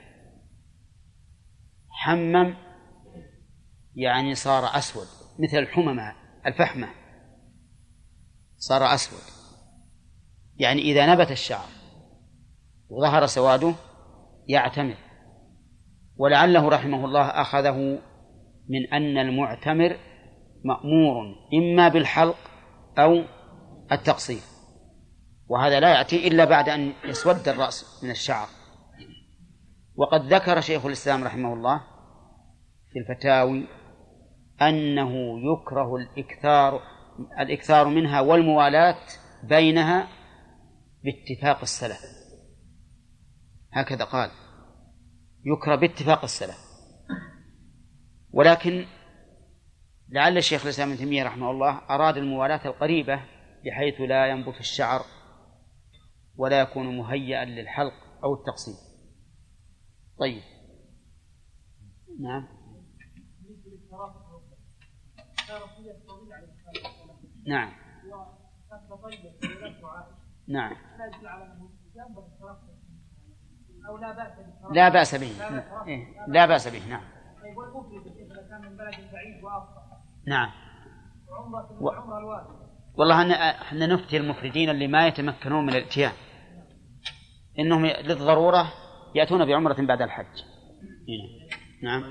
حمم يعني صار أسود مثل الفحمة صار أسود، يعني إذا نبت الشعر وظهر سواده يعتمر. ولعله رحمه الله أخذه من أن المعتمر مأمور إما بالحلق أو التقصير، وهذا لا يأتي إلا بعد أن يسود الرأس من الشعر. وقد ذكر شيخ الإسلام رحمه الله في الفتاوي أنه يكره الإكثار منها والموالاة بينها باتفاق السلف، هكذا قال: يكره باتفاق السلف. ولكن لعل الشيخ الإسلام ابن تيمية رحمه الله أراد الموالاة القريبة بحيث لا ينبت الشعر ولا يكون مهيئا للحلق أو التقصير. طيب. نعم. نعم. نعم. لا بأس به. لا بأس به. نعم. نعم. والله احنا نفتي المفردين اللي ما يتمكنون من الاتيان إنهم للضرورة يأتون بعمرة بعد الحج. نعم.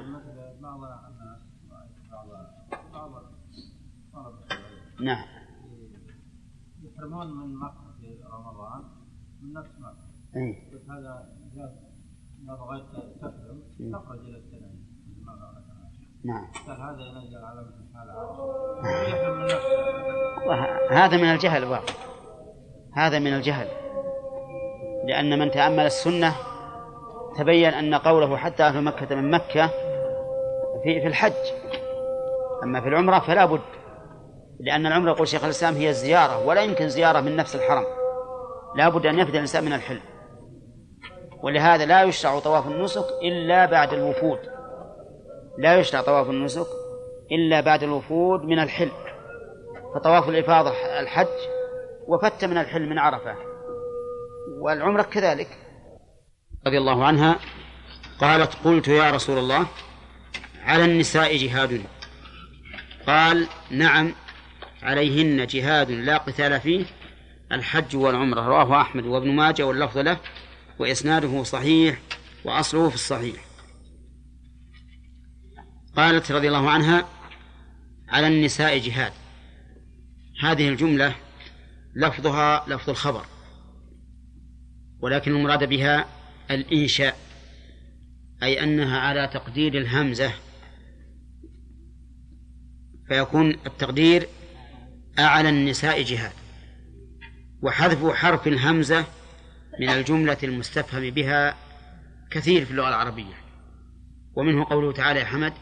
نعم. يحرمون من مكة في رمضان من نفس مكة. هذا إذا بغيت تحرم تخرج إلى التنعيم. نعم. هذا ينزل على يحرم من نفسه. هذا من الجهل واقع. هذا من الجهل، لأن من تأمل السنة تبين أن قوله حتى أهل مكة من مكة في الحج، أما في العمرة فلا بد، لأن العمرة يقول شيخ الإسلام هي الزيارة، ولا يمكن زيارة من نفس الحرم، لا بد أن يفدى الإنسان من الحل، ولهذا لا يشرع طواف النسك إلا بعد الوفود، لا يشرع طواف النسك إلا بعد الوفود من الحل. فطواف الإفاضة الحج وفت من الحل من عرفة، والعمرة كذلك. رضي الله عنها قالت: قلت يا رسول الله على النساء جهاد؟ قال: نعم، عليهن جهاد لا قتال فيه، الحج والعمرة. رواه أحمد وابن ماجه واللفظ له، وإسناده صحيح وأصله في الصحيح. قالت رضي الله عنها: على النساء جهاد. هذه الجملة لفظها لفظ الخبر، ولكن المراد بها الإنشاء، أي أنها على تقدير الهمزة، فيكون التقدير أعلى النساء جهاد، وحذف حرف الهمزة من الجملة المستفهم بها كثير في اللغة العربية، ومنه قوله تعالى: يا حمد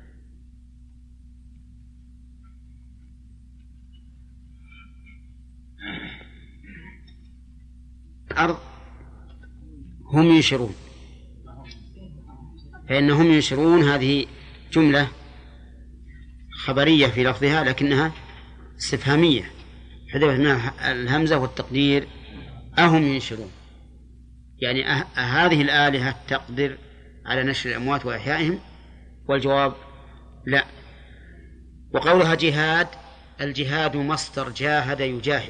الأرض هم ينشرون، فإنهم ينشرون هذه جملة خبرية في لفظها لكنها استفهامية، حذفت منها الهمزة والتقدير أهم ينشرون، يعني هذه الآلهة تقدر على نشر الأموات وإحيائهم؟ والجواب لا. وقولها جهاد، الجهاد مصدر جاهد يجاهد،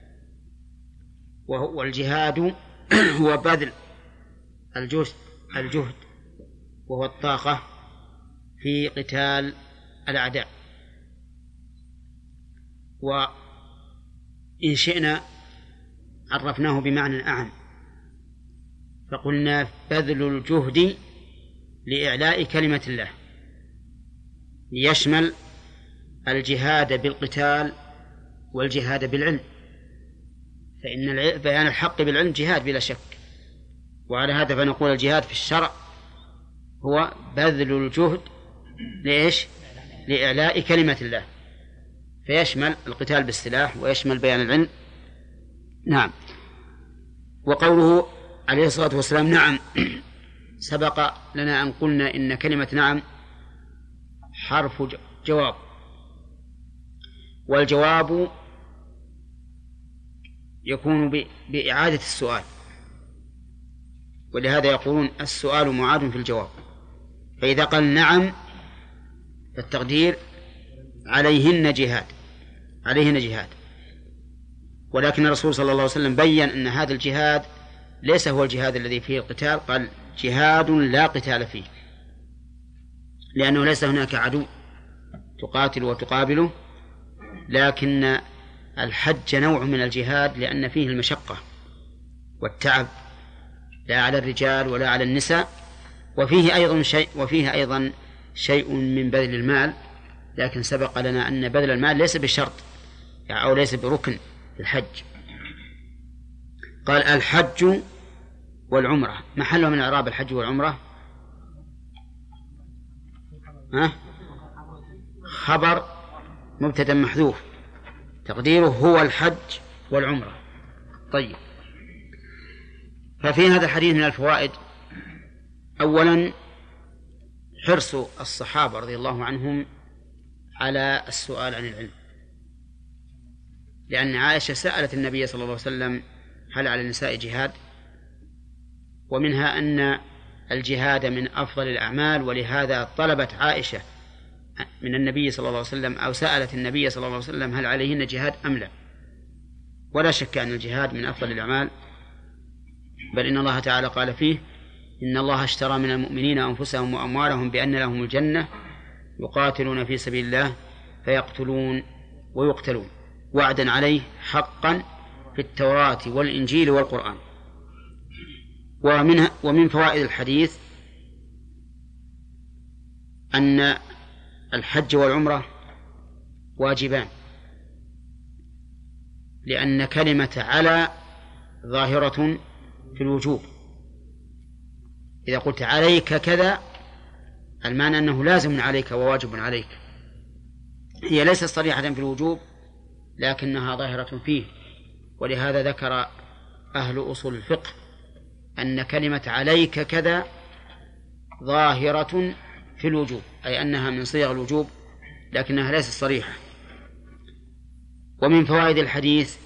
والجهاد هو بذل الجهد وهو الطاقة في قتال الأعداء. وإن شئنا عرفناه بمعنى أعم فقلنا: بذل الجهد لإعلاء كلمة الله، ليشمل الجهاد بالقتال والجهاد بالعلم، فإن بيان الحق بالعلم جهاد بلا شك. وعلى هذا فنقول الجهاد في الشرع هو بذل الجهد لإيش؟ لإعلاء كلمة الله، فيشمل القتال بالسلاح ويشمل بيان العلم. نعم. وقوله عليه الصلاة والسلام نعم، سبق لنا أن قلنا إن كلمة نعم حرف جواب، والجواب يكون بإعادة السؤال، ولهذا يقولون السؤال معاد في الجواب. فإذا قال نعم فالتقدير عليهن جهاد، عليهن جهاد. ولكن الرسول صلى الله عليه وسلم بيّن أن هذا الجهاد ليس هو الجهاد الذي فيه القتال، قال جهاد لا قتال فيه، لأنه ليس هناك عدو تقاتل وتقابله، لكن الحج نوع من الجهاد لأن فيه المشقة والتعب، لا على الرجال ولا على النساء، وفيه أيضا شيء من بذل المال، لكن سبق لنا أن بذل المال ليس بشرط أو ليس بركن في الحج. قال الحج والعمرة، محله من إعراب الحج والعمرة خبر مبتدأ محذوف، تقديره هو الحج والعمرة. طيب، ففي هذا الحديث من الفوائد: أولا حرص الصحابة رضي الله عنهم على السؤال عن العلم، لأن عائشة سألت النبي صلى الله عليه وسلم هل على النساء جهاد، ومنها أن الجهاد من أفضل الأعمال، ولهذا طلبت عائشة من النبي صلى الله عليه وسلم أو سألت النبي صلى الله عليه وسلم هل عليهن جهاد أم لا. ولا شك أن الجهاد من أفضل الأعمال، بل إن الله تعالى قال فيه: إن الله اشترى من المؤمنين أنفسهم وأموالهم بأن لهم الجنة يقاتلون في سبيل الله فيقتلون ويقتلون وعدا عليه حقا في التوراة والإنجيل والقرآن. ومن فوائد الحديث أن الحج والعمرة واجبان، لأن كلمة على ظاهرة في الوجوب. إذا قلت عليك كذا المعنى أنه لازم عليك وواجب عليك، هي ليست صريحة في الوجوب لكنها ظاهرة فيه، ولهذا ذكر أهل أصول الفقه أن كلمة عليك كذا ظاهرة في الوجوب، أي أنها من صيغ الوجوب لكنها ليست صريحة. ومن فوائد الحديث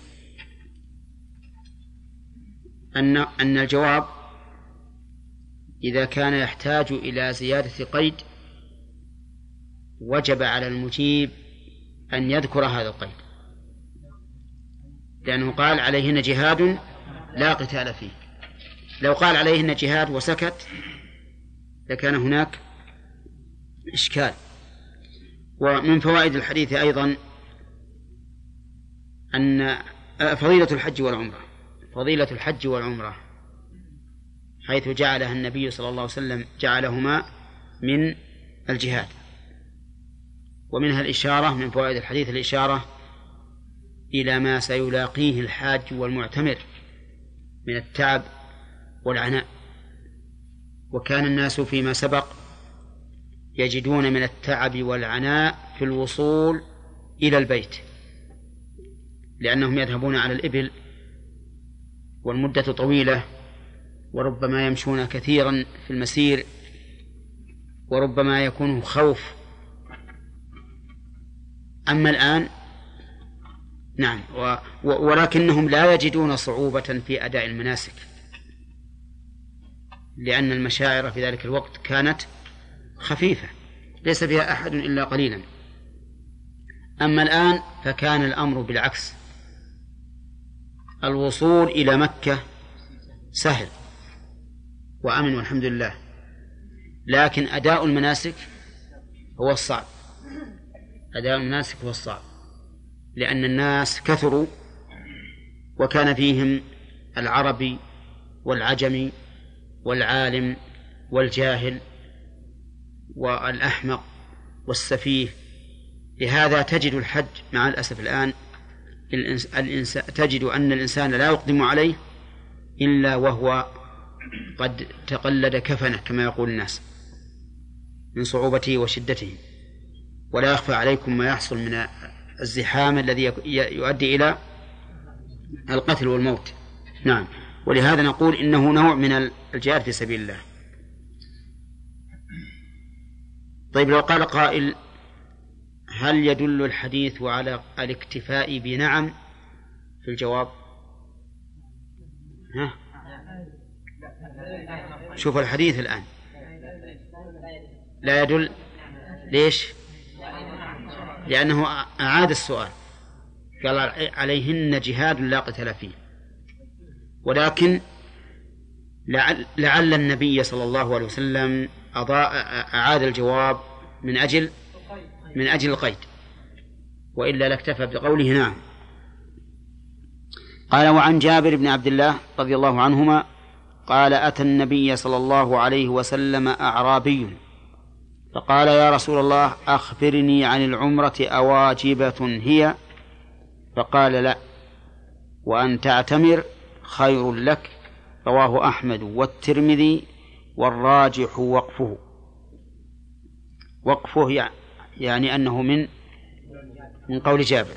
أن الجواب إذا كان يحتاج إلى زيادة قيد وجب على المجيب أن يذكر هذا القيد، لأنه قال عليهن جهاد لا قتال فيه. لو قال عليهن جهاد وسكت لكان هناك إشكال. ومن فوائد الحديث أيضا أن فضيلة الحج والعمرة حيث جعلها النبي صلى الله عليه وسلم جعلهما من الجهاد. ومنها الإشارة من فوائد الحديث الإشارة إلى ما سيلاقيه الحاج والمعتمر من التعب والعناء. وكان الناس فيما سبق يجدون من التعب والعناء في الوصول إلى البيت، لأنهم يذهبون على الإبل والمدة طويلة، وربما يمشون كثيرا في المسير، وربما يكون خوف. أما الآن نعم، ولكنهم لا يجدون صعوبة في أداء المناسك، لأن المشاعر في ذلك الوقت كانت خفيفة ليس فيها أحد إلا قليلا. أما الآن فكان الأمر بالعكس، الوصول إلى مكة سهل وأمن والحمد لله، لكن أداء المناسك هو الصعب. لأن الناس كثروا، وكان فيهم العربي والعجمي والعالم والجاهل والأحمق والسفيه. لهذا تجد الحج مع الأسف الآن تجد أن الإنسان لا يقدم عليه إلا وهو قد تقلد كفنه كما يقول الناس من صعوبته وشدته. ولا يخفى عليكم ما يحصل من الزحام الذي يؤدي إلى القتل والموت. نعم، ولهذا نقول إنه نوع من الجهاد في سبيل الله. طيب، لو قال قائل هل يدل الحديث على الاكتفاء بنعم في الجواب؟ شوف الحديث الآن لا يدل. ليش؟ لأنه أعاد السؤال، قال عليهن جهاد لا قتال فيه. ولكن لعل النبي صلى الله عليه وسلم أعاد الجواب من أجل القيد، وإلا لاكتفى بقوله نعم. قال: وعن جابر بن عبد الله رضي الله عنهما قال: أتى النبي صلى الله عليه وسلم أعرابي فقال: يا رسول الله أخبرني عن العمرة أواجبة هي؟ فقال: لا، وأن تعتمر خير لك. رواه أحمد والترمذي، والراجح وقفه يعني أنه من قول جابر.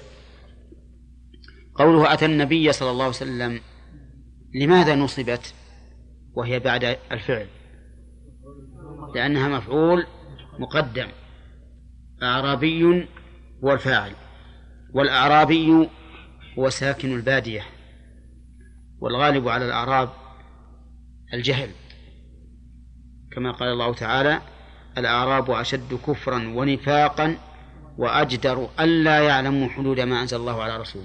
قوله أتى النبي صلى الله عليه وسلم، لماذا نصبت وهي بعد الفعل؟ لأنها مفعول مقدم. أعرابي هو الفاعل، والأعرابي هو ساكن البادية، والغالب على الأعراب الجهل، كما قال الله تعالى: الأعراب أشد كفرا ونفاقا وأجدر ألا يعلموا حدود ما أنزل الله على رسوله.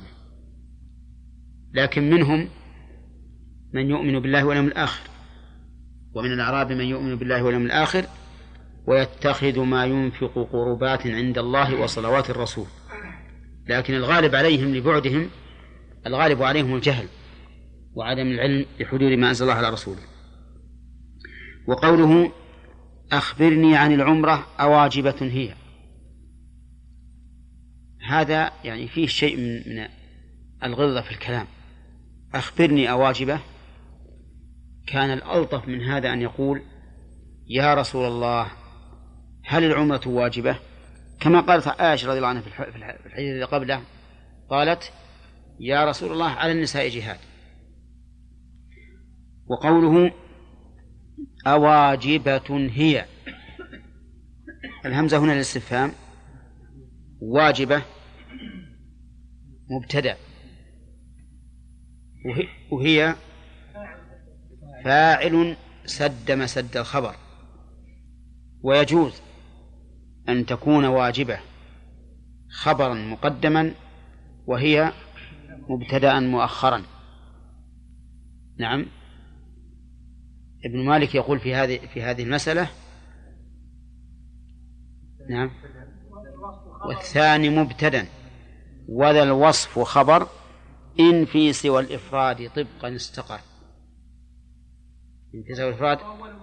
لكن منهم من يؤمن بالله واليوم الآخر، ومن الأعراب من يؤمن بالله واليوم الآخر ويتخذ ما ينفق قربات عند الله وصلوات الرسول. لكن الغالب عليهم لبعدهم، الغالب عليهم الجهل وعدم العلم بحدود ما أنزل الله على رسوله. وقوله أخبرني عن العمرة أواجبة هي، هذا يعني فيه شيء من الغلظة في الكلام. أخبرني أواجبة، كان الألطف من هذا أن يقول: يا رسول الله هل العمرة واجبة؟ كما قالت عائشة رضي الله عنها في الحديث الذي قبله، قالت: يا رسول الله على النساء جهاد. وقوله أواجبة هي، الهمزة هنا للاستفهام، واجبة مبتدأ، وهي فاعل سد مسد الخبر. ويجوز أن تكون واجبة خبرا مقدما وهي مبتدأ مؤخرا. نعم، ابن مالك يقول في هذه المسألة نعم والثاني مبتدأ وذا الوصف خبر إن في سوى الإفراد طبقا استقر. إن في سوى الإفراد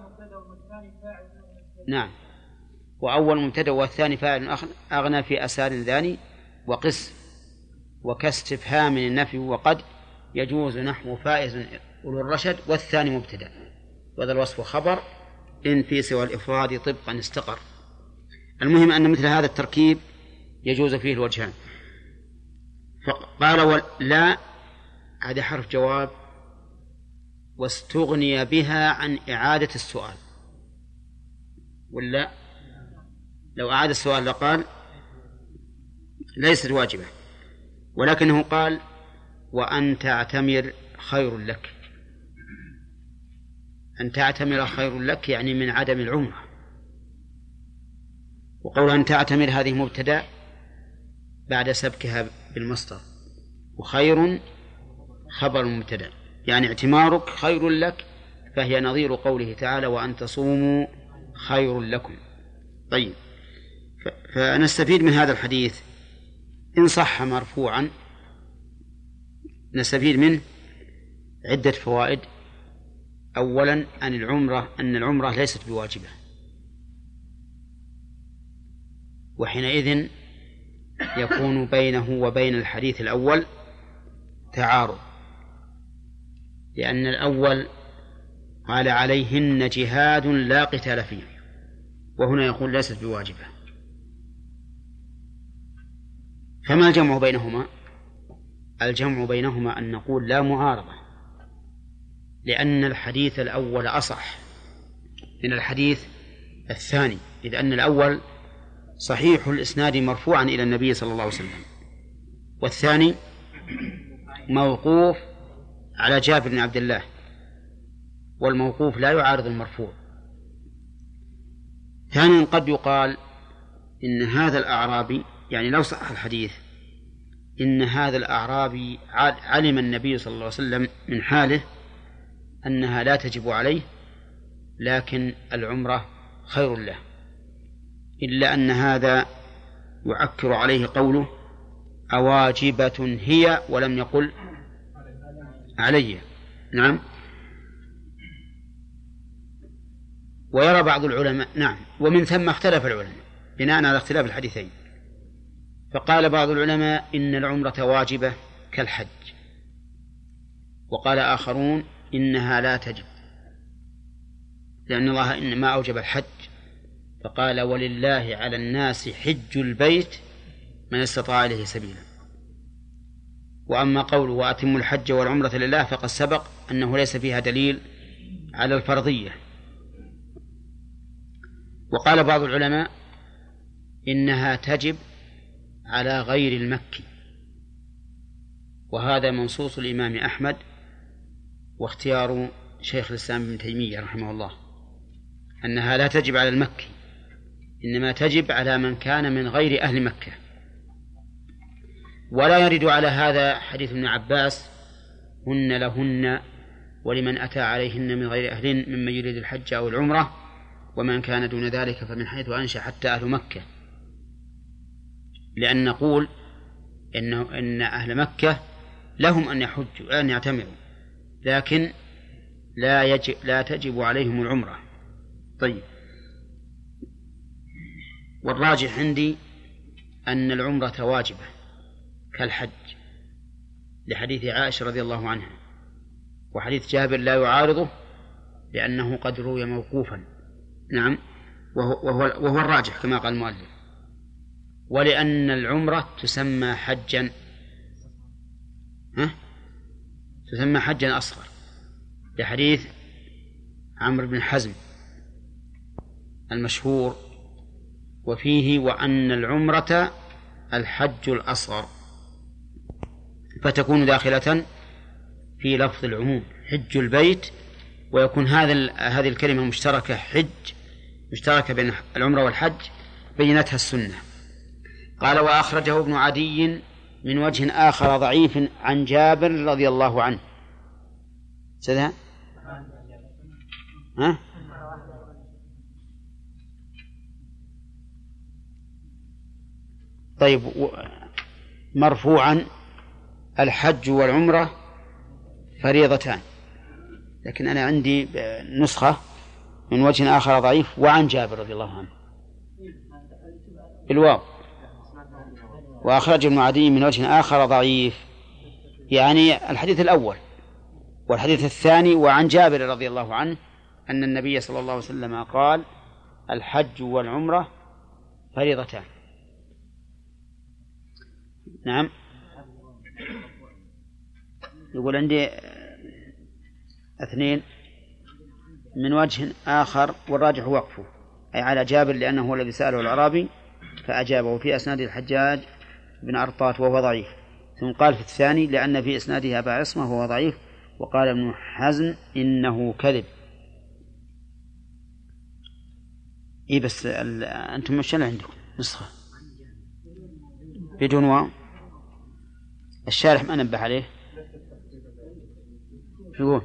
نعم، وأول مبتدأ والثاني فاعل أغنى في أسار ذاني وقس وكاستفهام النفي وقد يجوز نحو فائز أولو الرشد والثاني مبتدأ وذا الوصف خبر إن في سوى الإفراد طبقا استقر. المهم أن مثل هذا التركيب يجوز فيه الوجهان. فقال لا، هذا حرف جواب واستغني بها عن إعادة السؤال، ولا لو أعاد السؤال لقال ليست واجبة، ولكنه قال وأن تعتمر خير لك. أن تعتمر خير لك يعني من عدم العمرة. وقول أن تعتمر هذه مبتدأ بعد سبكها بالمصدر، وخير خبر مبتدأ، يعني اعتمارك خير لك، فهي نظير قوله تعالى وأن تصوموا خير لكم. طيب، فنستفيد من هذا الحديث إن صح مرفوعا نستفيد منه عدة فوائد. أولا أن العمرة ليست بواجبة، وحينئذ يكون بينه وبين الحديث الأول تعارض، لأن الأول قال عليهن جهاد لا قتال فيه، وهنا يقول ليست بواجبة. فما الجمع بينهما؟ الجمع بينهما أن نقول لا معارضة، لأن الحديث الأول أصح من الحديث الثاني، إذ أن الأول صحيح الإسناد مرفوعا إلى النبي صلى الله عليه وسلم، والثاني موقوف على جابر بن عبد الله، والموقوف لا يعارض المرفوع. ثانيا قد يقال إن هذا الأعرابي، يعني لو صح الحديث، إن هذا الأعرابي علم النبي صلى الله عليه وسلم من حاله أنها لا تجب عليه، لكن العمرة خير له، إلا أن هذا يعكر عليه قوله أواجبة هي ولم يقل علي. نعم. ويرى بعض العلماء نعم، ومن ثم اختلف العلماء بناء على اختلاف الحديثين، فقال بعض العلماء إن العمرة واجبة كالحج، وقال آخرون إنها لا تجب، لأن الله إنما أوجب الحج، فقال ولله على الناس حج البيت من استطاع إليه سبيلا. وأما قوله وأتموا الحج والعمرة لله فقد سبق أنه ليس فيها دليل على الفرضية. وقال بعض العلماء إنها تجب على غير المكي، وهذا منصوص الإمام أحمد واختيار شيخ الإسلام ابن تيمية رحمه الله، أنها لا تجب على المكي، إنما تجب على من كان من غير أهل مكة. ولا يرد على هذا حديث ابن عباس هن لهن ولمن أتى عليهن من غير أهلهن ممن يريد الحج أو العمرة، ومن كان دون ذلك فمن حيث أنشأ حتى أهل مكة، لأن نقول إن أهل مكة لهم أن يحجوا أن يعتمروا، لكن لا تجب عليهم العمرة. طيب، والراجح عندي أن العمرة واجبة كالحج، لحديث عائشة رضي الله عنها، وحديث جابر لا يعارضه لأنه قد روي موقوفا. نعم، وهو الراجح كما قال المؤلف. ولأن العمرة تسمى حجا تسمى حجا أصغر، لحديث عمرو بن حزم المشهور وفيه وأن العمرة الحج الأصغر، فتكون داخلة في لفظ العموم حج البيت، ويكون هذه الكلمة مشتركة مشتركة بين العمرة والحج بينتها السنة. قال وأخرجه ابن عدي من وجه آخر ضعيف عن جابر رضي الله عنه. سيدها ها؟ طيب مرفوعا الحج والعمرة فريضتان، لكن أنا عندي نسخة من وجه آخر ضعيف وعن جابر رضي الله عنه بالواو، وأخرج ابن عدي من وجه آخر ضعيف، يعني الحديث الأول. والحديث الثاني وعن جابر رضي الله عنه أن النبي صلى الله عليه وسلم قال الحج والعمرة فريضتان. نعم. يقول عندي اثنين من وجه آخر والراجح وقفه، أي على جابر لأنه هو الذي سأله الأعرابي فأجابه في أسناد الحجاج بن أرطاة وهو ضعيف، ثم قال في الثاني لأن في إسناده أبا عصمة وهو ضعيف، وقال ابن حزم إنه كذب. إيه بس أنتم مش عندكم نسخة بدون واو؟ الشارح ما نبه عليه. شو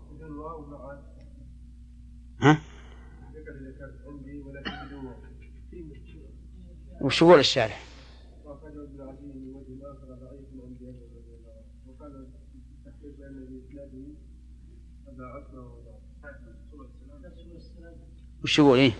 ها؟ وش يقول الشارح؟ وش يقول إيه؟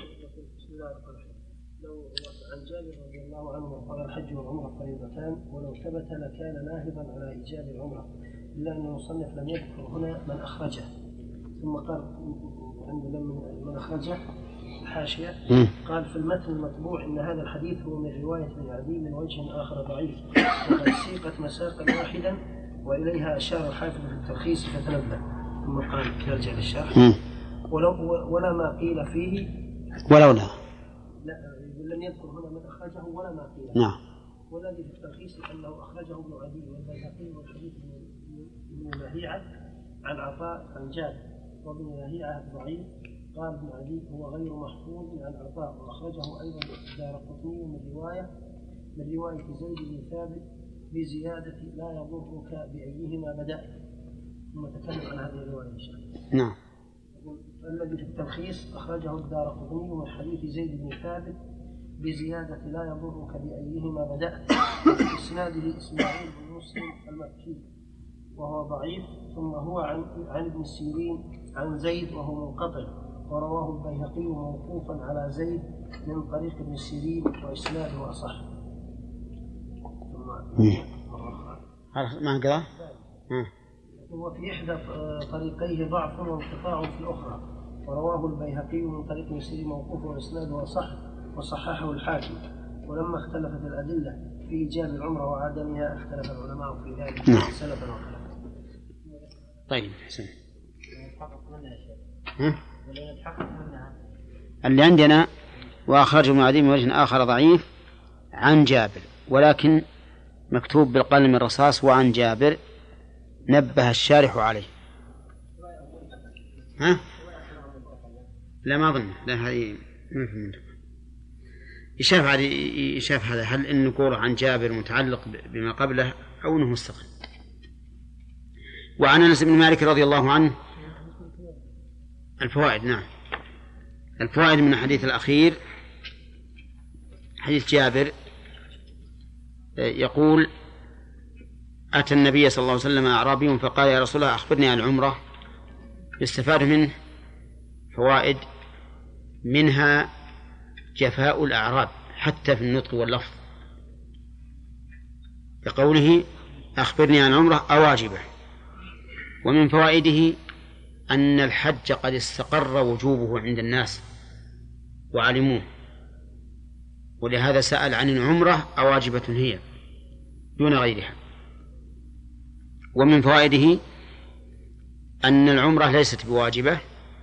عن جابر رضي الله عنه قال الحج والعمرة فريضتان ولو ثبت لكان ناهضا على إيجاب العمرة، إلا أن المصنف لم يذكر هنا من أخرجه، ثم قال من أخرجه الحاشية قال في المتن المطبوع إن هذا الحديث هو من رواية ابن عدي من وجه آخر ضعيف وقد سيقت مساقا واحدا وإليها أشار الحافظ في التلخيص فتنبه، ثم قال يرجع للشرح ولا ما قيل فيه ولولا لم يذكر هنا من أخرجه ولا ما قيل. نعم. والذي في التلخيص أنه أخرجه ابن عدي والبيهقي والحديث من لهيعة عن عطاء عن جابر، وابن لهيعة ضعيف. قال ابن عدي هو غير محفوظ عن عطاء، وأخرجه أيضا الدارقطني من رواية زيد بن ثابت بزيادة لا يضرك بأيهما بدأت، ثم تكلم عن هذه الرواية إن شاء الله. نعم. الذي في التلخيص أخرجه الدارقطني من حديث زيد بن ثابت بزيادة لا يضرك بأيهما بدأت، في إسناده إسماعيل بن مسلم المكي وهو ضعيف، ثم هو عن ابن سيرين عن زيد وهو منقطع، ورواه البيهقي موقوفا على زيد من طريق ابن سيرين وإسناده أصح. ما قرأ؟ وفي إحدى طريقيه ضعف وانقطاع في الأخرى، ورواه البيهقي من طريق ابن سيرين موقوفا وإسناده أصح وصححه الحاكم. ولما اختلفت الأدلة في إيجاب العمرة وعدمها اختلف العلماء في ذلك سلفا وخلفا. طيب حسن. اللي عندنا وأخرج ابن عدي من وجه آخر ضعيف عن جابر، ولكن مكتوب بالقلم الرصاص وعن جابر، نبه الشارح عليه. ها؟ لا ما أظن، لا هذه ما في منطق. يشاف هذا هل إن نقول عن جابر متعلق بما قبله أو أنه مستقل. وعن أنس بن مالك رضي الله عنه الفوائد. نعم، الفوائد من الحديث الأخير حديث جابر يقول أتى النبي صلى الله عليه وسلم أعرابي فقال يا رسول الله أخبرني عن العمرة. يستفاد منه فوائد، منها جفاء الأعراب حتى في النطق واللفظ، كقوله أخبرني عن العمرة أواجبه. ومن فوائده أن الحج قد استقر وجوبه عند الناس وعلموه، ولهذا سأل عن العمرة أواجبة هي دون غيرها. ومن فوائده أن العمرة ليست بواجبة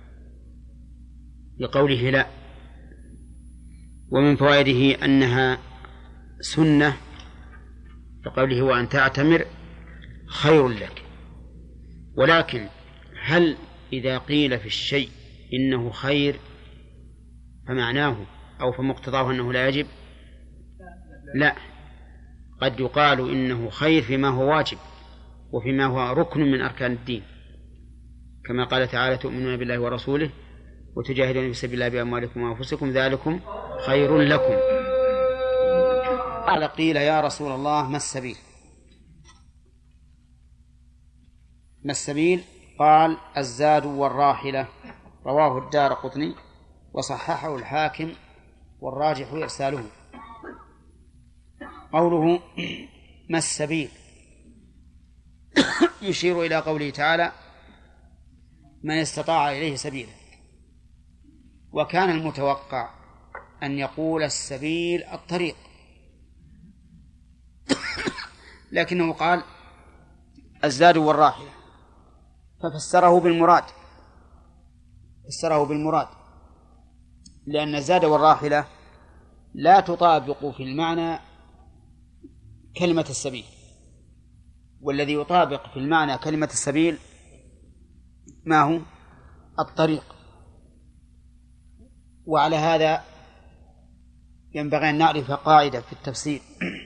لقوله لا، ومن فوائده أنها سنة لقوله وأن تعتمر خير لك. ولكن هل إذا قيل في الشيء إنه خير فمعناه أو فمقتضاه أنه لا يجب؟ لا، قد يقال إنه خير فيما هو واجب وفيما هو ركن من أركان الدين، كما قال تعالى تؤمنون بالله ورسوله وتجاهدون في سبيل الله بأموالكم وأنفسكم ذلكم خير لكم. قال قيل يا رسول الله ما السبيل؟ ما السبيل؟ قال الزاد والراحلة، رواه الدارقطني وصححه الحاكم والراجح إرساله. قوله ما السبيل يشير إلى قوله تعالى من استطاع إليه سبيلا، وكان المتوقع أن يقول السبيل الطريق، لكنه قال الزاد والراحلة ففسره بالمراد، لأن الزاد والراحلة لا تطابق في المعنى كلمة السبيل، والذي يطابق في المعنى كلمة السبيل ما هو؟ الطريق. وعلى هذا ينبغي أن نعرف قاعدة في التفسير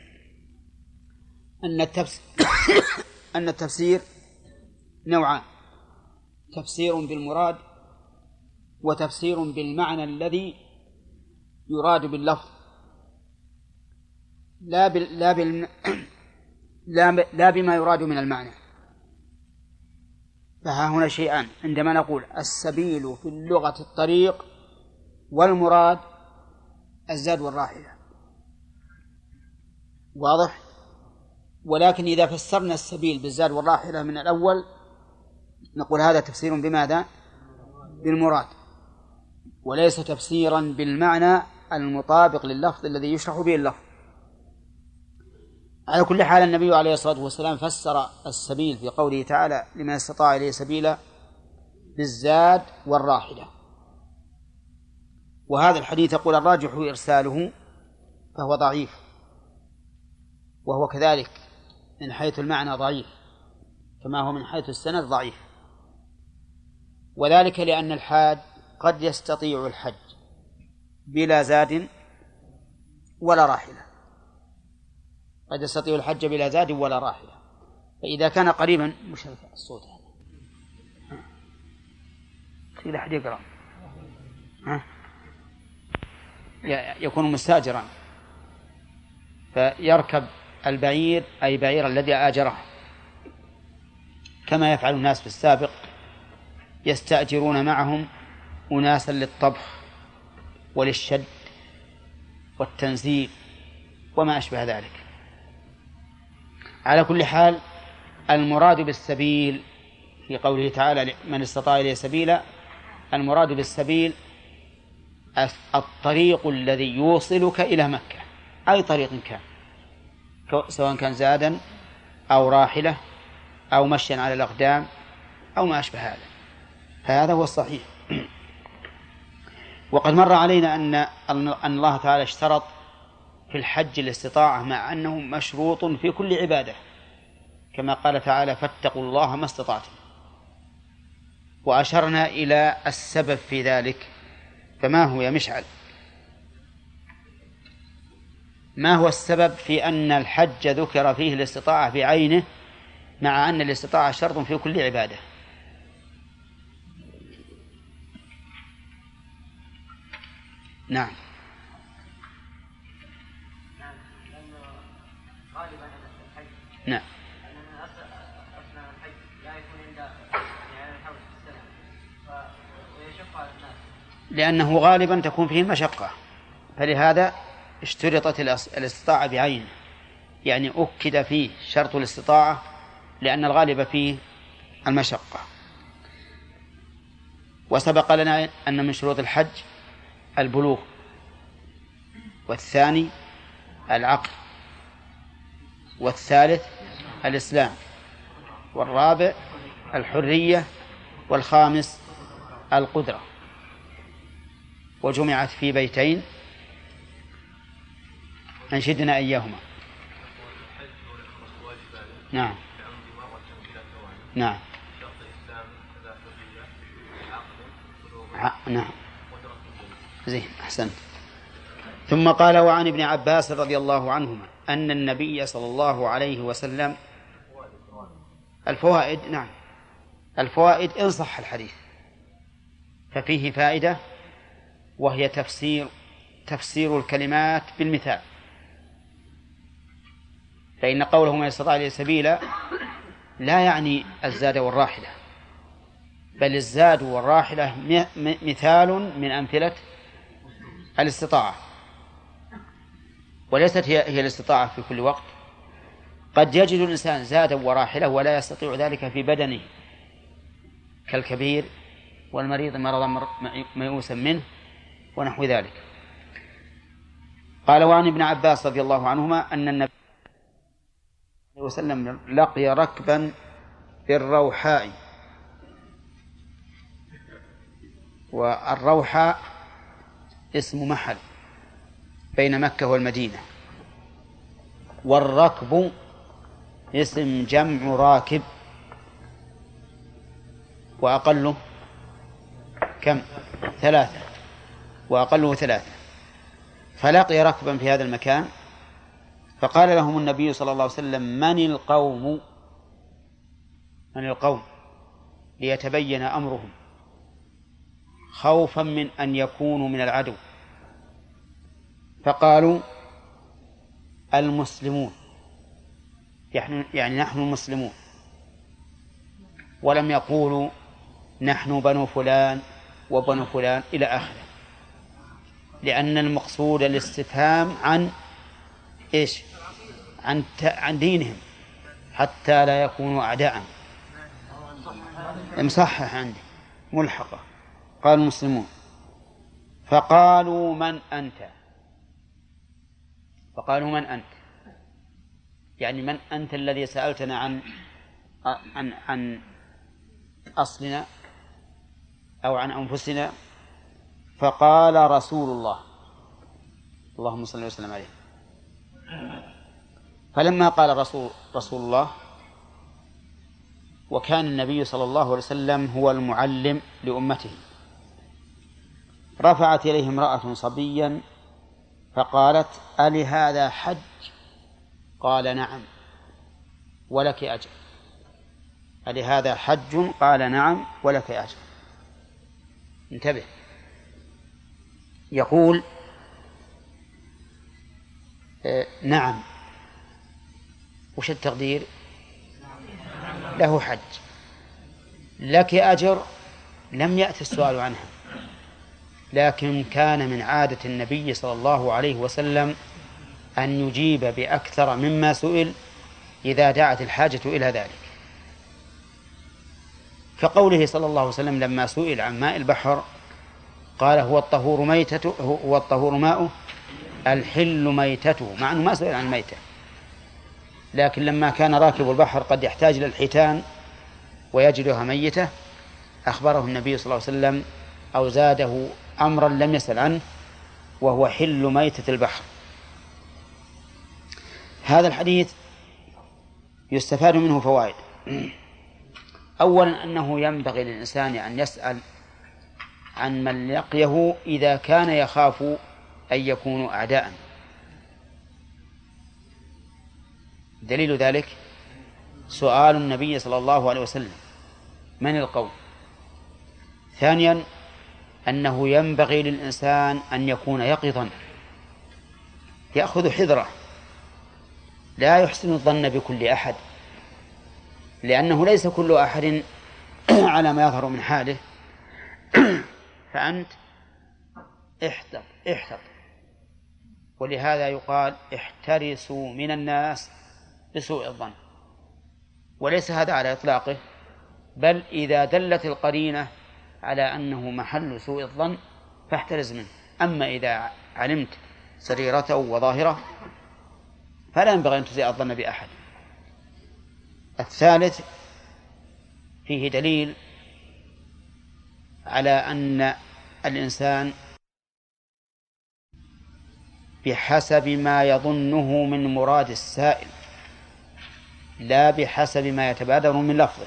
أن التفسير نوعان: تفسير بالمراد وتفسير بالمعنى الذي يراد باللفظ لا بما يراد من المعنى. فها هنا شيئان عندما نقول السبيل في اللغة الطريق، والمراد الزاد والراحلة، واضح؟ ولكن إذا فسرنا السبيل بالزاد والراحلة من الأول نقول هذا تفسير بماذا؟ بالمراد، وليس تفسيرا بالمعنى المطابق لللفظ الذي يشرح به اللفظ. على كل حال النبي عليه الصلاة والسلام فسر السبيل في قوله تعالى لمن استطاع إليه سبيلا بالزاد والراحلة، وهذا الحديث يقول الراجح إرساله فهو ضعيف، وهو كذلك من حيث المعنى ضعيف كما هو من حيث السند ضعيف، وذلك لأن الحاج قد يستطيع الحج بلا زاد ولا راحلة، قد يستطيع الحج بلا زاد ولا راحلة. فإذا كان قريبا مش الصوت هذا في أحد يقرأ يكون مستأجرا فيركب البعير أي بعير الذي آجره، كما يفعل الناس في السابق يستأجرون معهم أناسا للطبخ وللشد والتنزيل وما أشبه ذلك. على كل حال المراد بالسبيل في قوله تعالى من استطاع إليه سبيلا، المراد بالسبيل الطريق الذي يوصلك إلى مكة، أي طريق كان، سواء كان زادا أو راحلة أو مشيا على الأقدام أو ما أشبه هذا، فهذا هو الصحيح. وقد مر علينا أن الله تعالى اشترط في الحج الاستطاعة، مع أنه مشروط في كل عبادة، كما قال تعالى فاتقوا الله ما استطعتم. وأشرنا إلى السبب في ذلك، فما هو يا مشعل؟ ما هو السبب في أن الحج ذكر فيه الاستطاعة بعينه مع أن الاستطاعة شرط في كل عبادة؟ نعم. نعم. لأنه غالبا تكون فيه مشقة، فلهذا اشترطت الاستطاعة بعينه، يعني أكد فيه شرط الاستطاعة لأن الغالب فيه المشقة. وسبق لنا أن من شروط الحج البلوغ، والثاني العقل، والثالث الإسلام، والرابع الحرية، والخامس القدرة، وجمعت في بيتين أنشدنا إياهما. نعم نعم نعم زين أحسنت. ثم قال: وعن ابن عباس رضي الله عنهما أن النبي صلى الله عليه وسلم. الفوائد، نعم الفوائد إن صح الحديث ففيه فائدة، وهي تفسير الكلمات بالمثال. فإن قوله من استطاع إليه سبيلا لا يعني الزاد والراحلة، بل الزاد والراحلة مثال من أمثلة الاستطاعة، وليست هي الاستطاعة في كل وقت. قد يجد الإنسان زادا وراحلة ولا يستطيع ذلك في بدنه، كالكبير والمريض مرضا ميؤوسا منه ونحو ذلك. قال: وعن ابن عباس رضي الله عنهما أن النبي صلى الله عليه وسلم لقي ركبا بالروحاء. والروحاء اسم محل بين مكة والمدينة، والركب اسم جمع راكب، وأقله كم؟ 3، وأقله 3. فلقي ركبا في هذا المكان، فقال لهم النبي صلى الله عليه وسلم: من القوم؟ من القوم؟ ليتبين أمرهم، خوفا من أن يكونوا من العدو. فقالوا: المسلمون، يعني نحن المسلمون، ولم يقولوا نحن بنو فلان وبنو فلان إلى آخره، لأن المقصود الاستفهام عن إيش؟ عن دينهم، حتى لا يكونوا أعداء. مصحح عندي ملحقة. قال المسلمون. فقالوا: من أنت؟ فقالوا: من أنت؟ يعني من أنت الذي سألتنا عن أصلنا أو عن أنفسنا؟ فقال: رسول الله، اللهم صل وسلم عليه. فلما قال رسول الله، وكان النبي صلى الله عليه وسلم هو المعلم لأمته، رفعت إليه امرأة صبيا فقالت: ألي هذا حج؟ قال: نعم ولك أجر. ألي هذا حج؟ قال: نعم ولك أجر. انتبه، يقول نعم، وش التقدير؟ له حج. لك أجر لم يأتي السؤال عنها، لكن كان من عادة النبي صلى الله عليه وسلم أن يجيب بأكثر مما سئل إذا دعت الحاجة إلى ذلك، كقوله صلى الله عليه وسلم لما سئل عن ماء البحر قال: هو الطهور ماؤه الحل ميتته، مع أنه ما سئل عن الميتة، لكن لما كان راكب البحر قد يحتاج إلى الحيتان ويجدها ميتة أخبره النبي صلى الله عليه وسلم أو زاده أمرا لم يسأل عنه، وهو حل ميتة البحر. هذا الحديث يستفاد منه فوائد. أولا أنه ينبغي للإنسان أن يسأل عن من لقيه إذا كان يخاف أن يكونوا أعداء. دليل ذلك سؤال النبي صلى الله عليه وسلم: من القوم؟ ثانيا أنه ينبغي للإنسان أن يكون يقظا، يأخذ حذره، لا يحسن الظن بكل أحد، لأنه ليس كل أحد على ما يظهر من حاله. فأنت احتط. ولهذا يقال: احترسوا من الناس بسوء الظن. وليس هذا على إطلاقه، بل إذا دلت القرينة على أنه محل سوء الظن فاحترز منه. أما إذا علمت سريرته وظاهره فلا ينبغي أن تسيء الظن بأحد. الثالث فيه دليل على أن الإنسان بحسب ما يظنه من مراد السائل، لا بحسب ما يتبادر من لفظه،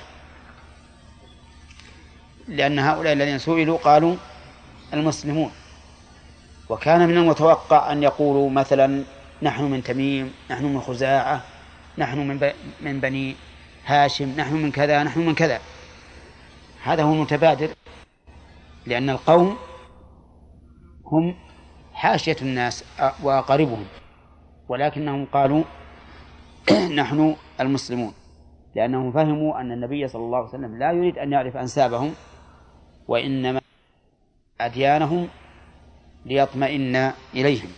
لأن هؤلاء الذين سئلوا قالوا المسلمون، وكان من المتوقع أن يقولوا مثلا نحن من تميم، نحن من خزاعة، نحن من بني هاشم، نحن من كذا، نحن من كذا. هذا هو المتبادر، لأن القوم هم حاشية الناس وأقاربهم، ولكنهم قالوا نحن المسلمون، لأنهم فهموا أن النبي صلى الله عليه وسلم لا يريد أن يعرف أنسابهم، وإنما أديانهم ليطمئن إليهم.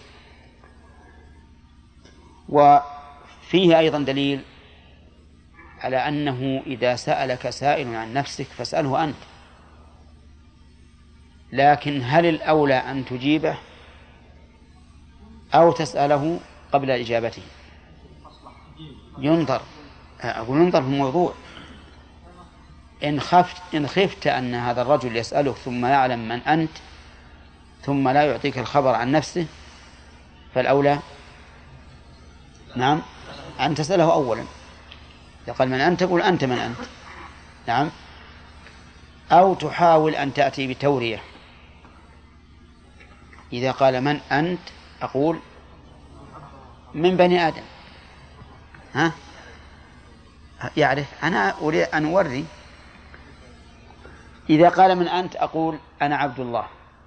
وفيه أيضا دليل على أنه إذا سألك سائل عن نفسك فاسأله أنت، لكن هل الأولى أن تجيبه أو تسأله قبل إجابته؟ ينظر في الموضوع. إن خفت أن هذا الرجل يسألك ثم يعلم من أنت ثم لا يعطيك الخبر عن نفسه، فالأولى نعم أن تسأله أولا. قال من أنت؟ تقول أنت من أنت، نعم. أو تحاول أن تأتي بتورية. إذا قال من أنت أقول من بني آدم، يعرف، أنا أريد أن أوري. إذا قال من أنت أقول أنا عبد الله،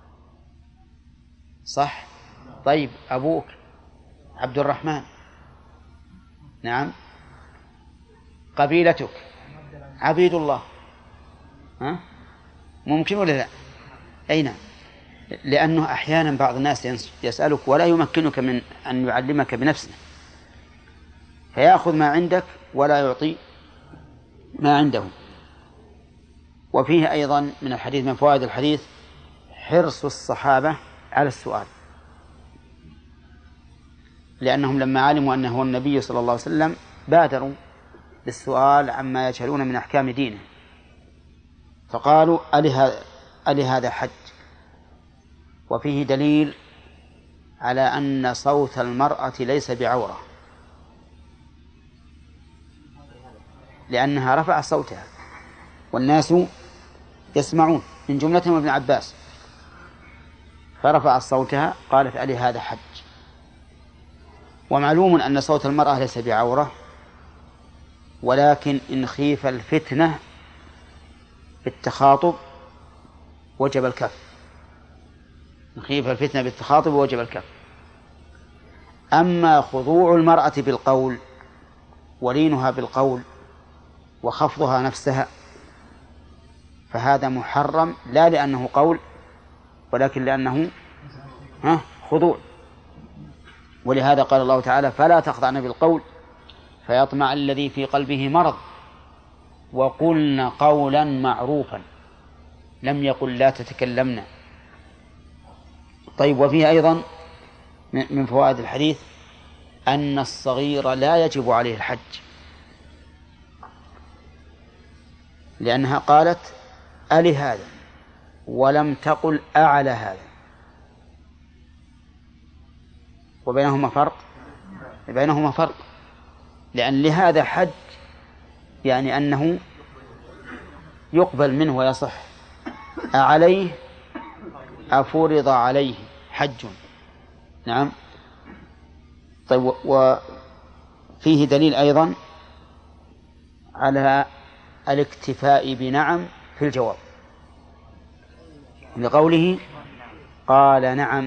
صح؟ طيب أبوك عبد الرحمن، نعم. قبيلتك عبيد الله، ممكن ولا لا؟ أي نعم. لأنه أحيانا بعض الناس يسألك ولا يمكنك من أن يعلمك بنفسه، فيأخذ ما عندك ولا يعطي ما عنده. وفيه أيضا من الحديث، من فوائد الحديث، حرص الصحابة على السؤال، لأنهم لما علموا أنه هو النبي صلى الله عليه وسلم بادروا بالسؤال عما يجهلون من أحكام دينه، فقالوا ألي هذا حج. وفيه دليل على أن صوت المرأة ليس بعورة، لأنها رفعت صوتها والناس يسمعون، من جملتهم ابن عباس، فرفعت صوتها قالت ألي هذا حج. ومعلوم أن صوت المرأة ليس بعورة، ولكن إن خيف الفتنة بالتخاطب وجب الكف. إن خيف الفتنة بالتخاطب وجب الكف. أما خضوع المرأة بالقول ولينها بالقول وخفضها نفسها فهذا محرم، لا لأنه قول ولكن لأنه خضوع. ولهذا قال الله تعالى فلا تخضعن بالقول فيطمع الذي في قلبه مرض وقلن قولا معروفا، لم يقل لا تتكلمن. طيب، وفيه أيضا من فوائد الحديث أن الصغير لا يجب عليه الحج، لأنها قالت ألي هذا ولم تقل أعلى هذا، وبينهما فرق، لأن لهذا حج يعني أنه يقبل منه ويصح، أعليه أفرض عليه حج، نعم. طيب، وفيه دليل أيضا على الاكتفاء بنعم في الجواب، لقوله قال نعم.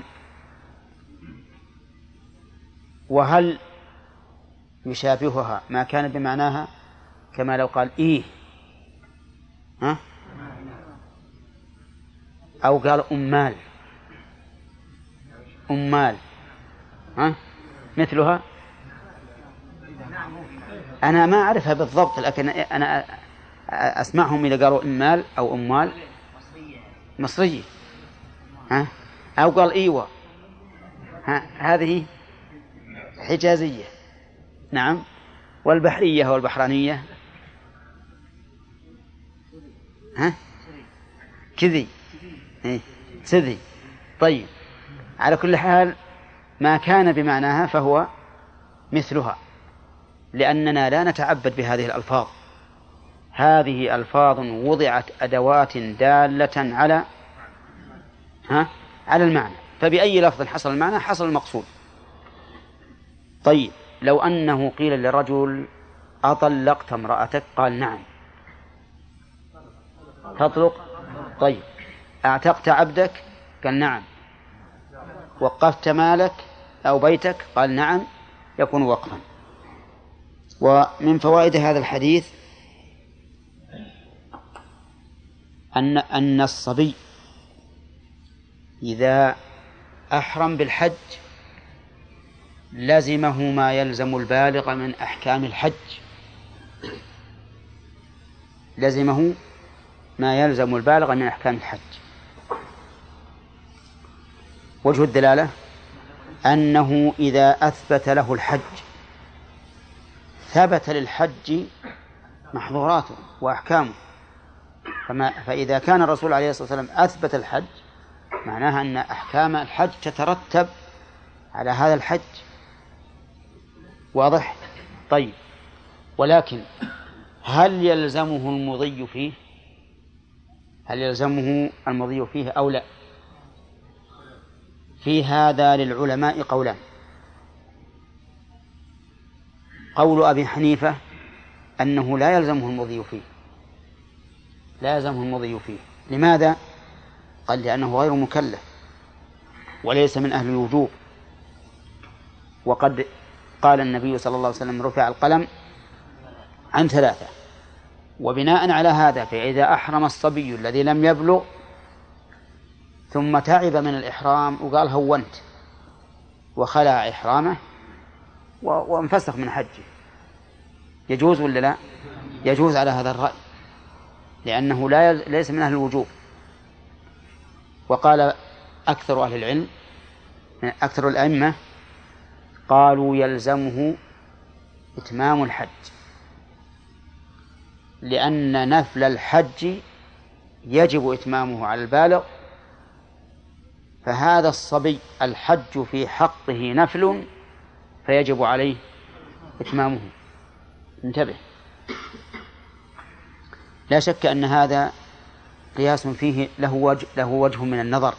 وهل يشابهها ما كان بمعناها كما لو قال إيه أو قال أمال مثلها؟ أنا ما أعرفها بالضبط، لكن أنا أسمعهم إذا قالوا أمال أو أمال مصرية، أو قال إيوة، هذه حجازية، نعم. والبحرية والبحرانية كذي، سذي. طيب، على كل حال ما كان بمعناها فهو مثلها، لأننا لا نتعبد بهذه الألفاظ. هذه ألفاظ وضعت أدوات دالة على المعنى، فبأي لفظ حصل المعنى حصل المقصود. طيب، لو أنه قيل للرجل أطلقت امرأتك؟ قال نعم. تطلق؟ طيب. أعتقت عبدك؟ قال نعم. وقفت مالك أو بيتك؟ قال نعم، يكون وقفا. ومن فوائد هذا الحديث أن الصبي إذا أحرم بالحج لزمه ما يلزم البالغ من أحكام الحج، لزمه ما يلزم البالغ من أحكام الحج. وجه الدلالة أنه إذا أثبت له الحج ثبت للحج محظوراته وأحكامه. فإذا كان الرسول عليه الصلاة والسلام أثبت الحج معناها أن أحكام الحج تترتب على هذا الحج. واضح؟ طيب، ولكن هل يلزمه المضي فيه؟ هل يلزمه المضي فيه أو لا؟ في هذا للعلماء قولان. قول أبي حنيفة أنه لا يلزمه المضي فيه، لا يلزمه المضي فيه. لماذا؟ قال لأنه غير مكلف وليس من أهل الوجوب، وقد قال النبي صلى الله عليه وسلم رفع القلم عن 3. وبناء على هذا فإذا أحرم الصبي الذي لم يبلغ ثم تعب من الإحرام وقال هونت وخلع إحرامه وانفسخ من حجه، يجوز ولا لا؟ يجوز على هذا الرأي، لأنه ليس من أهل الوجوب. وقال أكثر أهل العلم، أكثر الأئمة، قالوا يلزمه إتمام الحج، لأن نفل الحج يجب إتمامه على البالغ، فهذا الصبي الحج في حقه نفل فيجب عليه إتمامه. انتبه، لا شك أن هذا قياس فيه له وجه من النظر،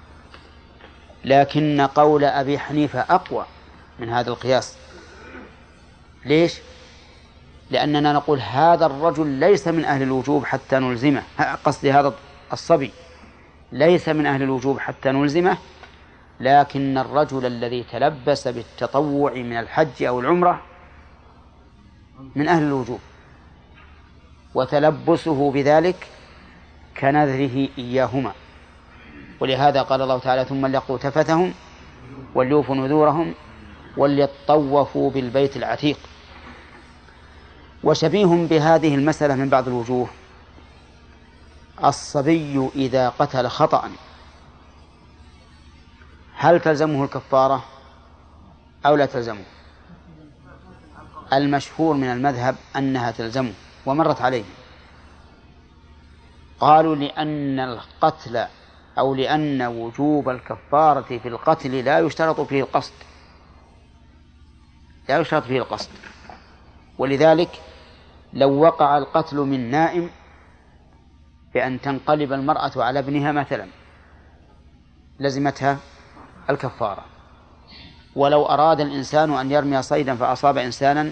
لكن قول أبي حنيفة أقوى من هذا القياس. ليش؟ لأننا نقول هذا الرجل ليس من أهل الوجوب حتى نلزمه، قصدي هذا الصبي ليس من أهل الوجوب حتى نلزمه، لكن الرجل الذي تلبس بالتطوع من الحج أو العمرة من أهل الوجوب، وتلبسه بذلك كنذره إياهما. ولهذا قال الله تعالى ثم ليقضوا تفثهم وليوفوا نذورهم وليطوفوا بالبيت العتيق. وشبيه بهذه المسألة من بعض الوجوه الصبي إذا قتل خطأ هل تلزمه الكفارة أو لا تلزمه؟ المشهور من المذهب أنها تلزمه، ومرت عليه. قالوا لأن القتل أو لأن وجوب الكفارة في القتل لا يشترط فيه القصد، لا يشترط فيه القصد. ولذلك لو وقع القتل من نائم بأن تنقلب المرأة على ابنها مثلا لزمتها الكفارة، ولو أراد الإنسان أن يرمي صيدا فأصاب إنسانا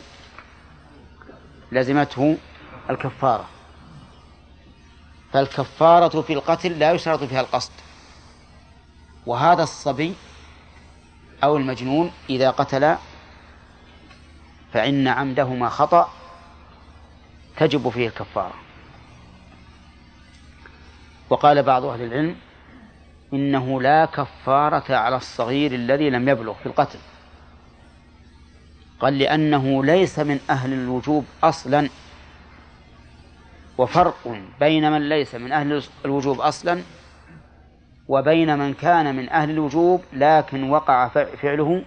لزمته الكفارة. فالكفارة في القتل لا يشترط فيها القصد. وهذا الصبي أو المجنون إذا قتل فإن عمدهما خطأ تجب فيه الكفارة. وقال بعض أهل العلم إنه لا كفارة على الصغير الذي لم يبلغ في القتل، قال لأنه ليس من أهل الوجوب أصلا. وفرق بين من ليس من أهل الوجوب أصلا وبين من كان من أهل الوجوب لكن وقع فعله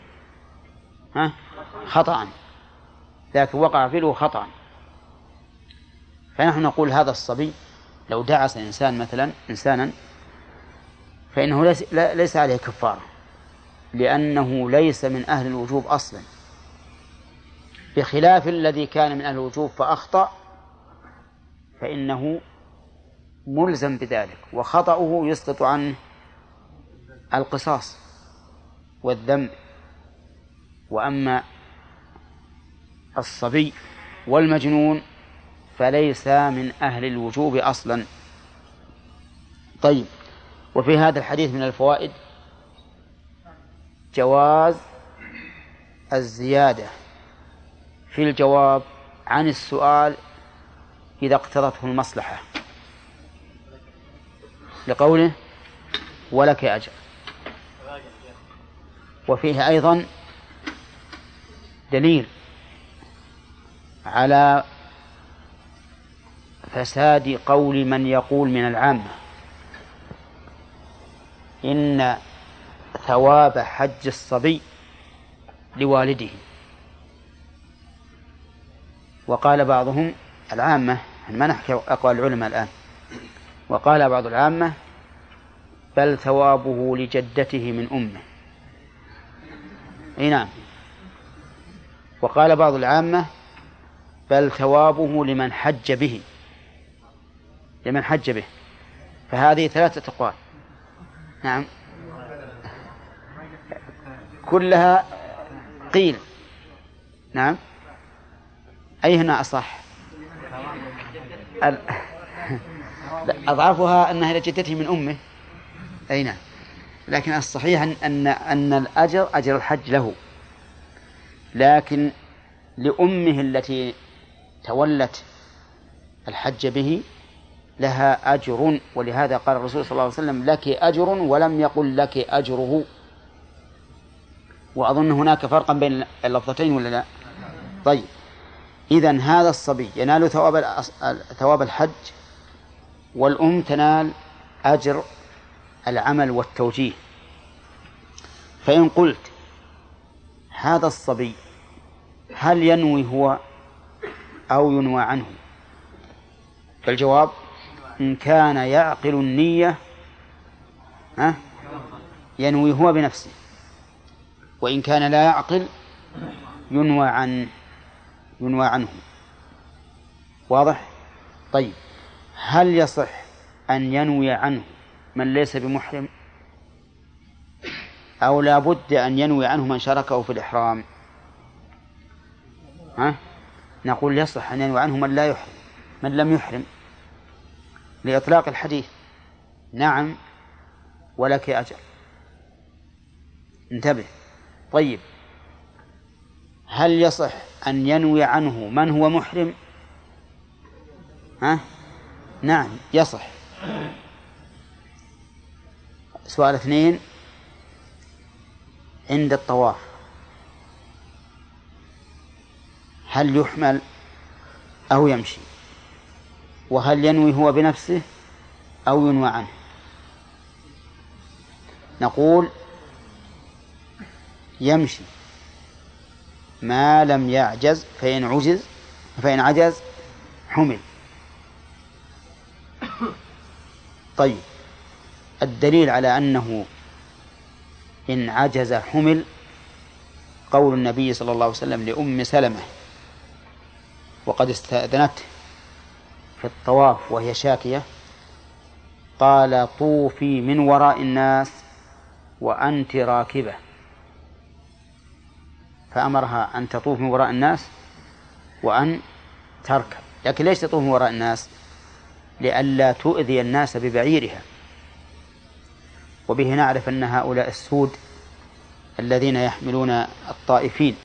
خطأ، لكن وقع فعله خطأ. فنحن نقول هذا الصبي لو دعس إنسان مثلا إنسانا فإنه ليس عليه كفارة، لأنه ليس من أهل الوجوب أصلا، بخلاف الذي كان من أهل الوجوب فأخطأ، فإنه ملزم بذلك، وخطأه يسقط عنه القصاص والذنب. وأما الصبي والمجنون فليس من أهل الوجوب أصلا. طيب، وفي هذا الحديث من الفوائد جواز الزيادة في الجواب عن السؤال إذا اقتضته المصلحة، لقوله ولك أجر. وفيه أيضا دليل على فساد قول من يقول من العامة إن ثواب حج الصبي لوالده. وقال بعضهم العامة، ما نحكي أقوال العلماء الآن، وقال بعض العامة بل ثوابه لجدته من أمه. أي نعم. وقال بعض العامة بل ثوابه لمن حج به، لمن حج به. فهذه ثلاثة أقوال. نعم، كلها قيل. نعم، أي هنا أصح؟ أضعفها أنها لجدته من أمه. أي نعم، لكن الصحيح أن الأجر أجر الحج له، لكن لأمه التي تولت الحج به لها أجر. ولهذا قال الرسول صلى الله عليه وسلم لك أجر، ولم يقل لك أجره. وأظن هناك فرقا بين اللفظتين ولا لا؟ طيب، إذن هذا الصبي ينال ثواب الحج، والأم تنال أجر العمل والتوجيه. فإن قلت هذا الصبي هل ينوي هو أو ينوى عنه؟ فالجواب إن كان يعقل النية ينوي هو بنفسه، وإن كان لا يعقل ينوى عنه. واضح؟ طيب، هل يصح أن ينوي عنه من ليس بمحرم، أو لا بد أن ينوي عنه من شاركه في الإحرام؟ نقول يصح أن ينوي عنه من لا يحرم، من لم يحرم، لإطلاق الحديث نعم ولك أجر. انتبه. طيب، هل يصح أن ينوي عنه من هو محرم؟ نعم يصح. سؤال 2 عند الطواف، هل يحمل أو يمشي؟ وهل ينوي هو بنفسه أو ينوى عنه؟ نقول يمشي ما لم يعجز، فإن عجز حمل. طيب، الدليل على أنه إن عجز حمل قول النبي صلى الله عليه وسلم لأم سلمة وقد استأذنته في الطواف وهي شاكية، قال طوفي من وراء الناس وأنت راكبة، فأمرها أن تطوف من وراء الناس وأن تركب. لكن ليش تطوف من وراء الناس؟ لئلا تؤذي الناس ببعيرها. وبه نعرف أن هؤلاء السود الذين يحملون الطائفين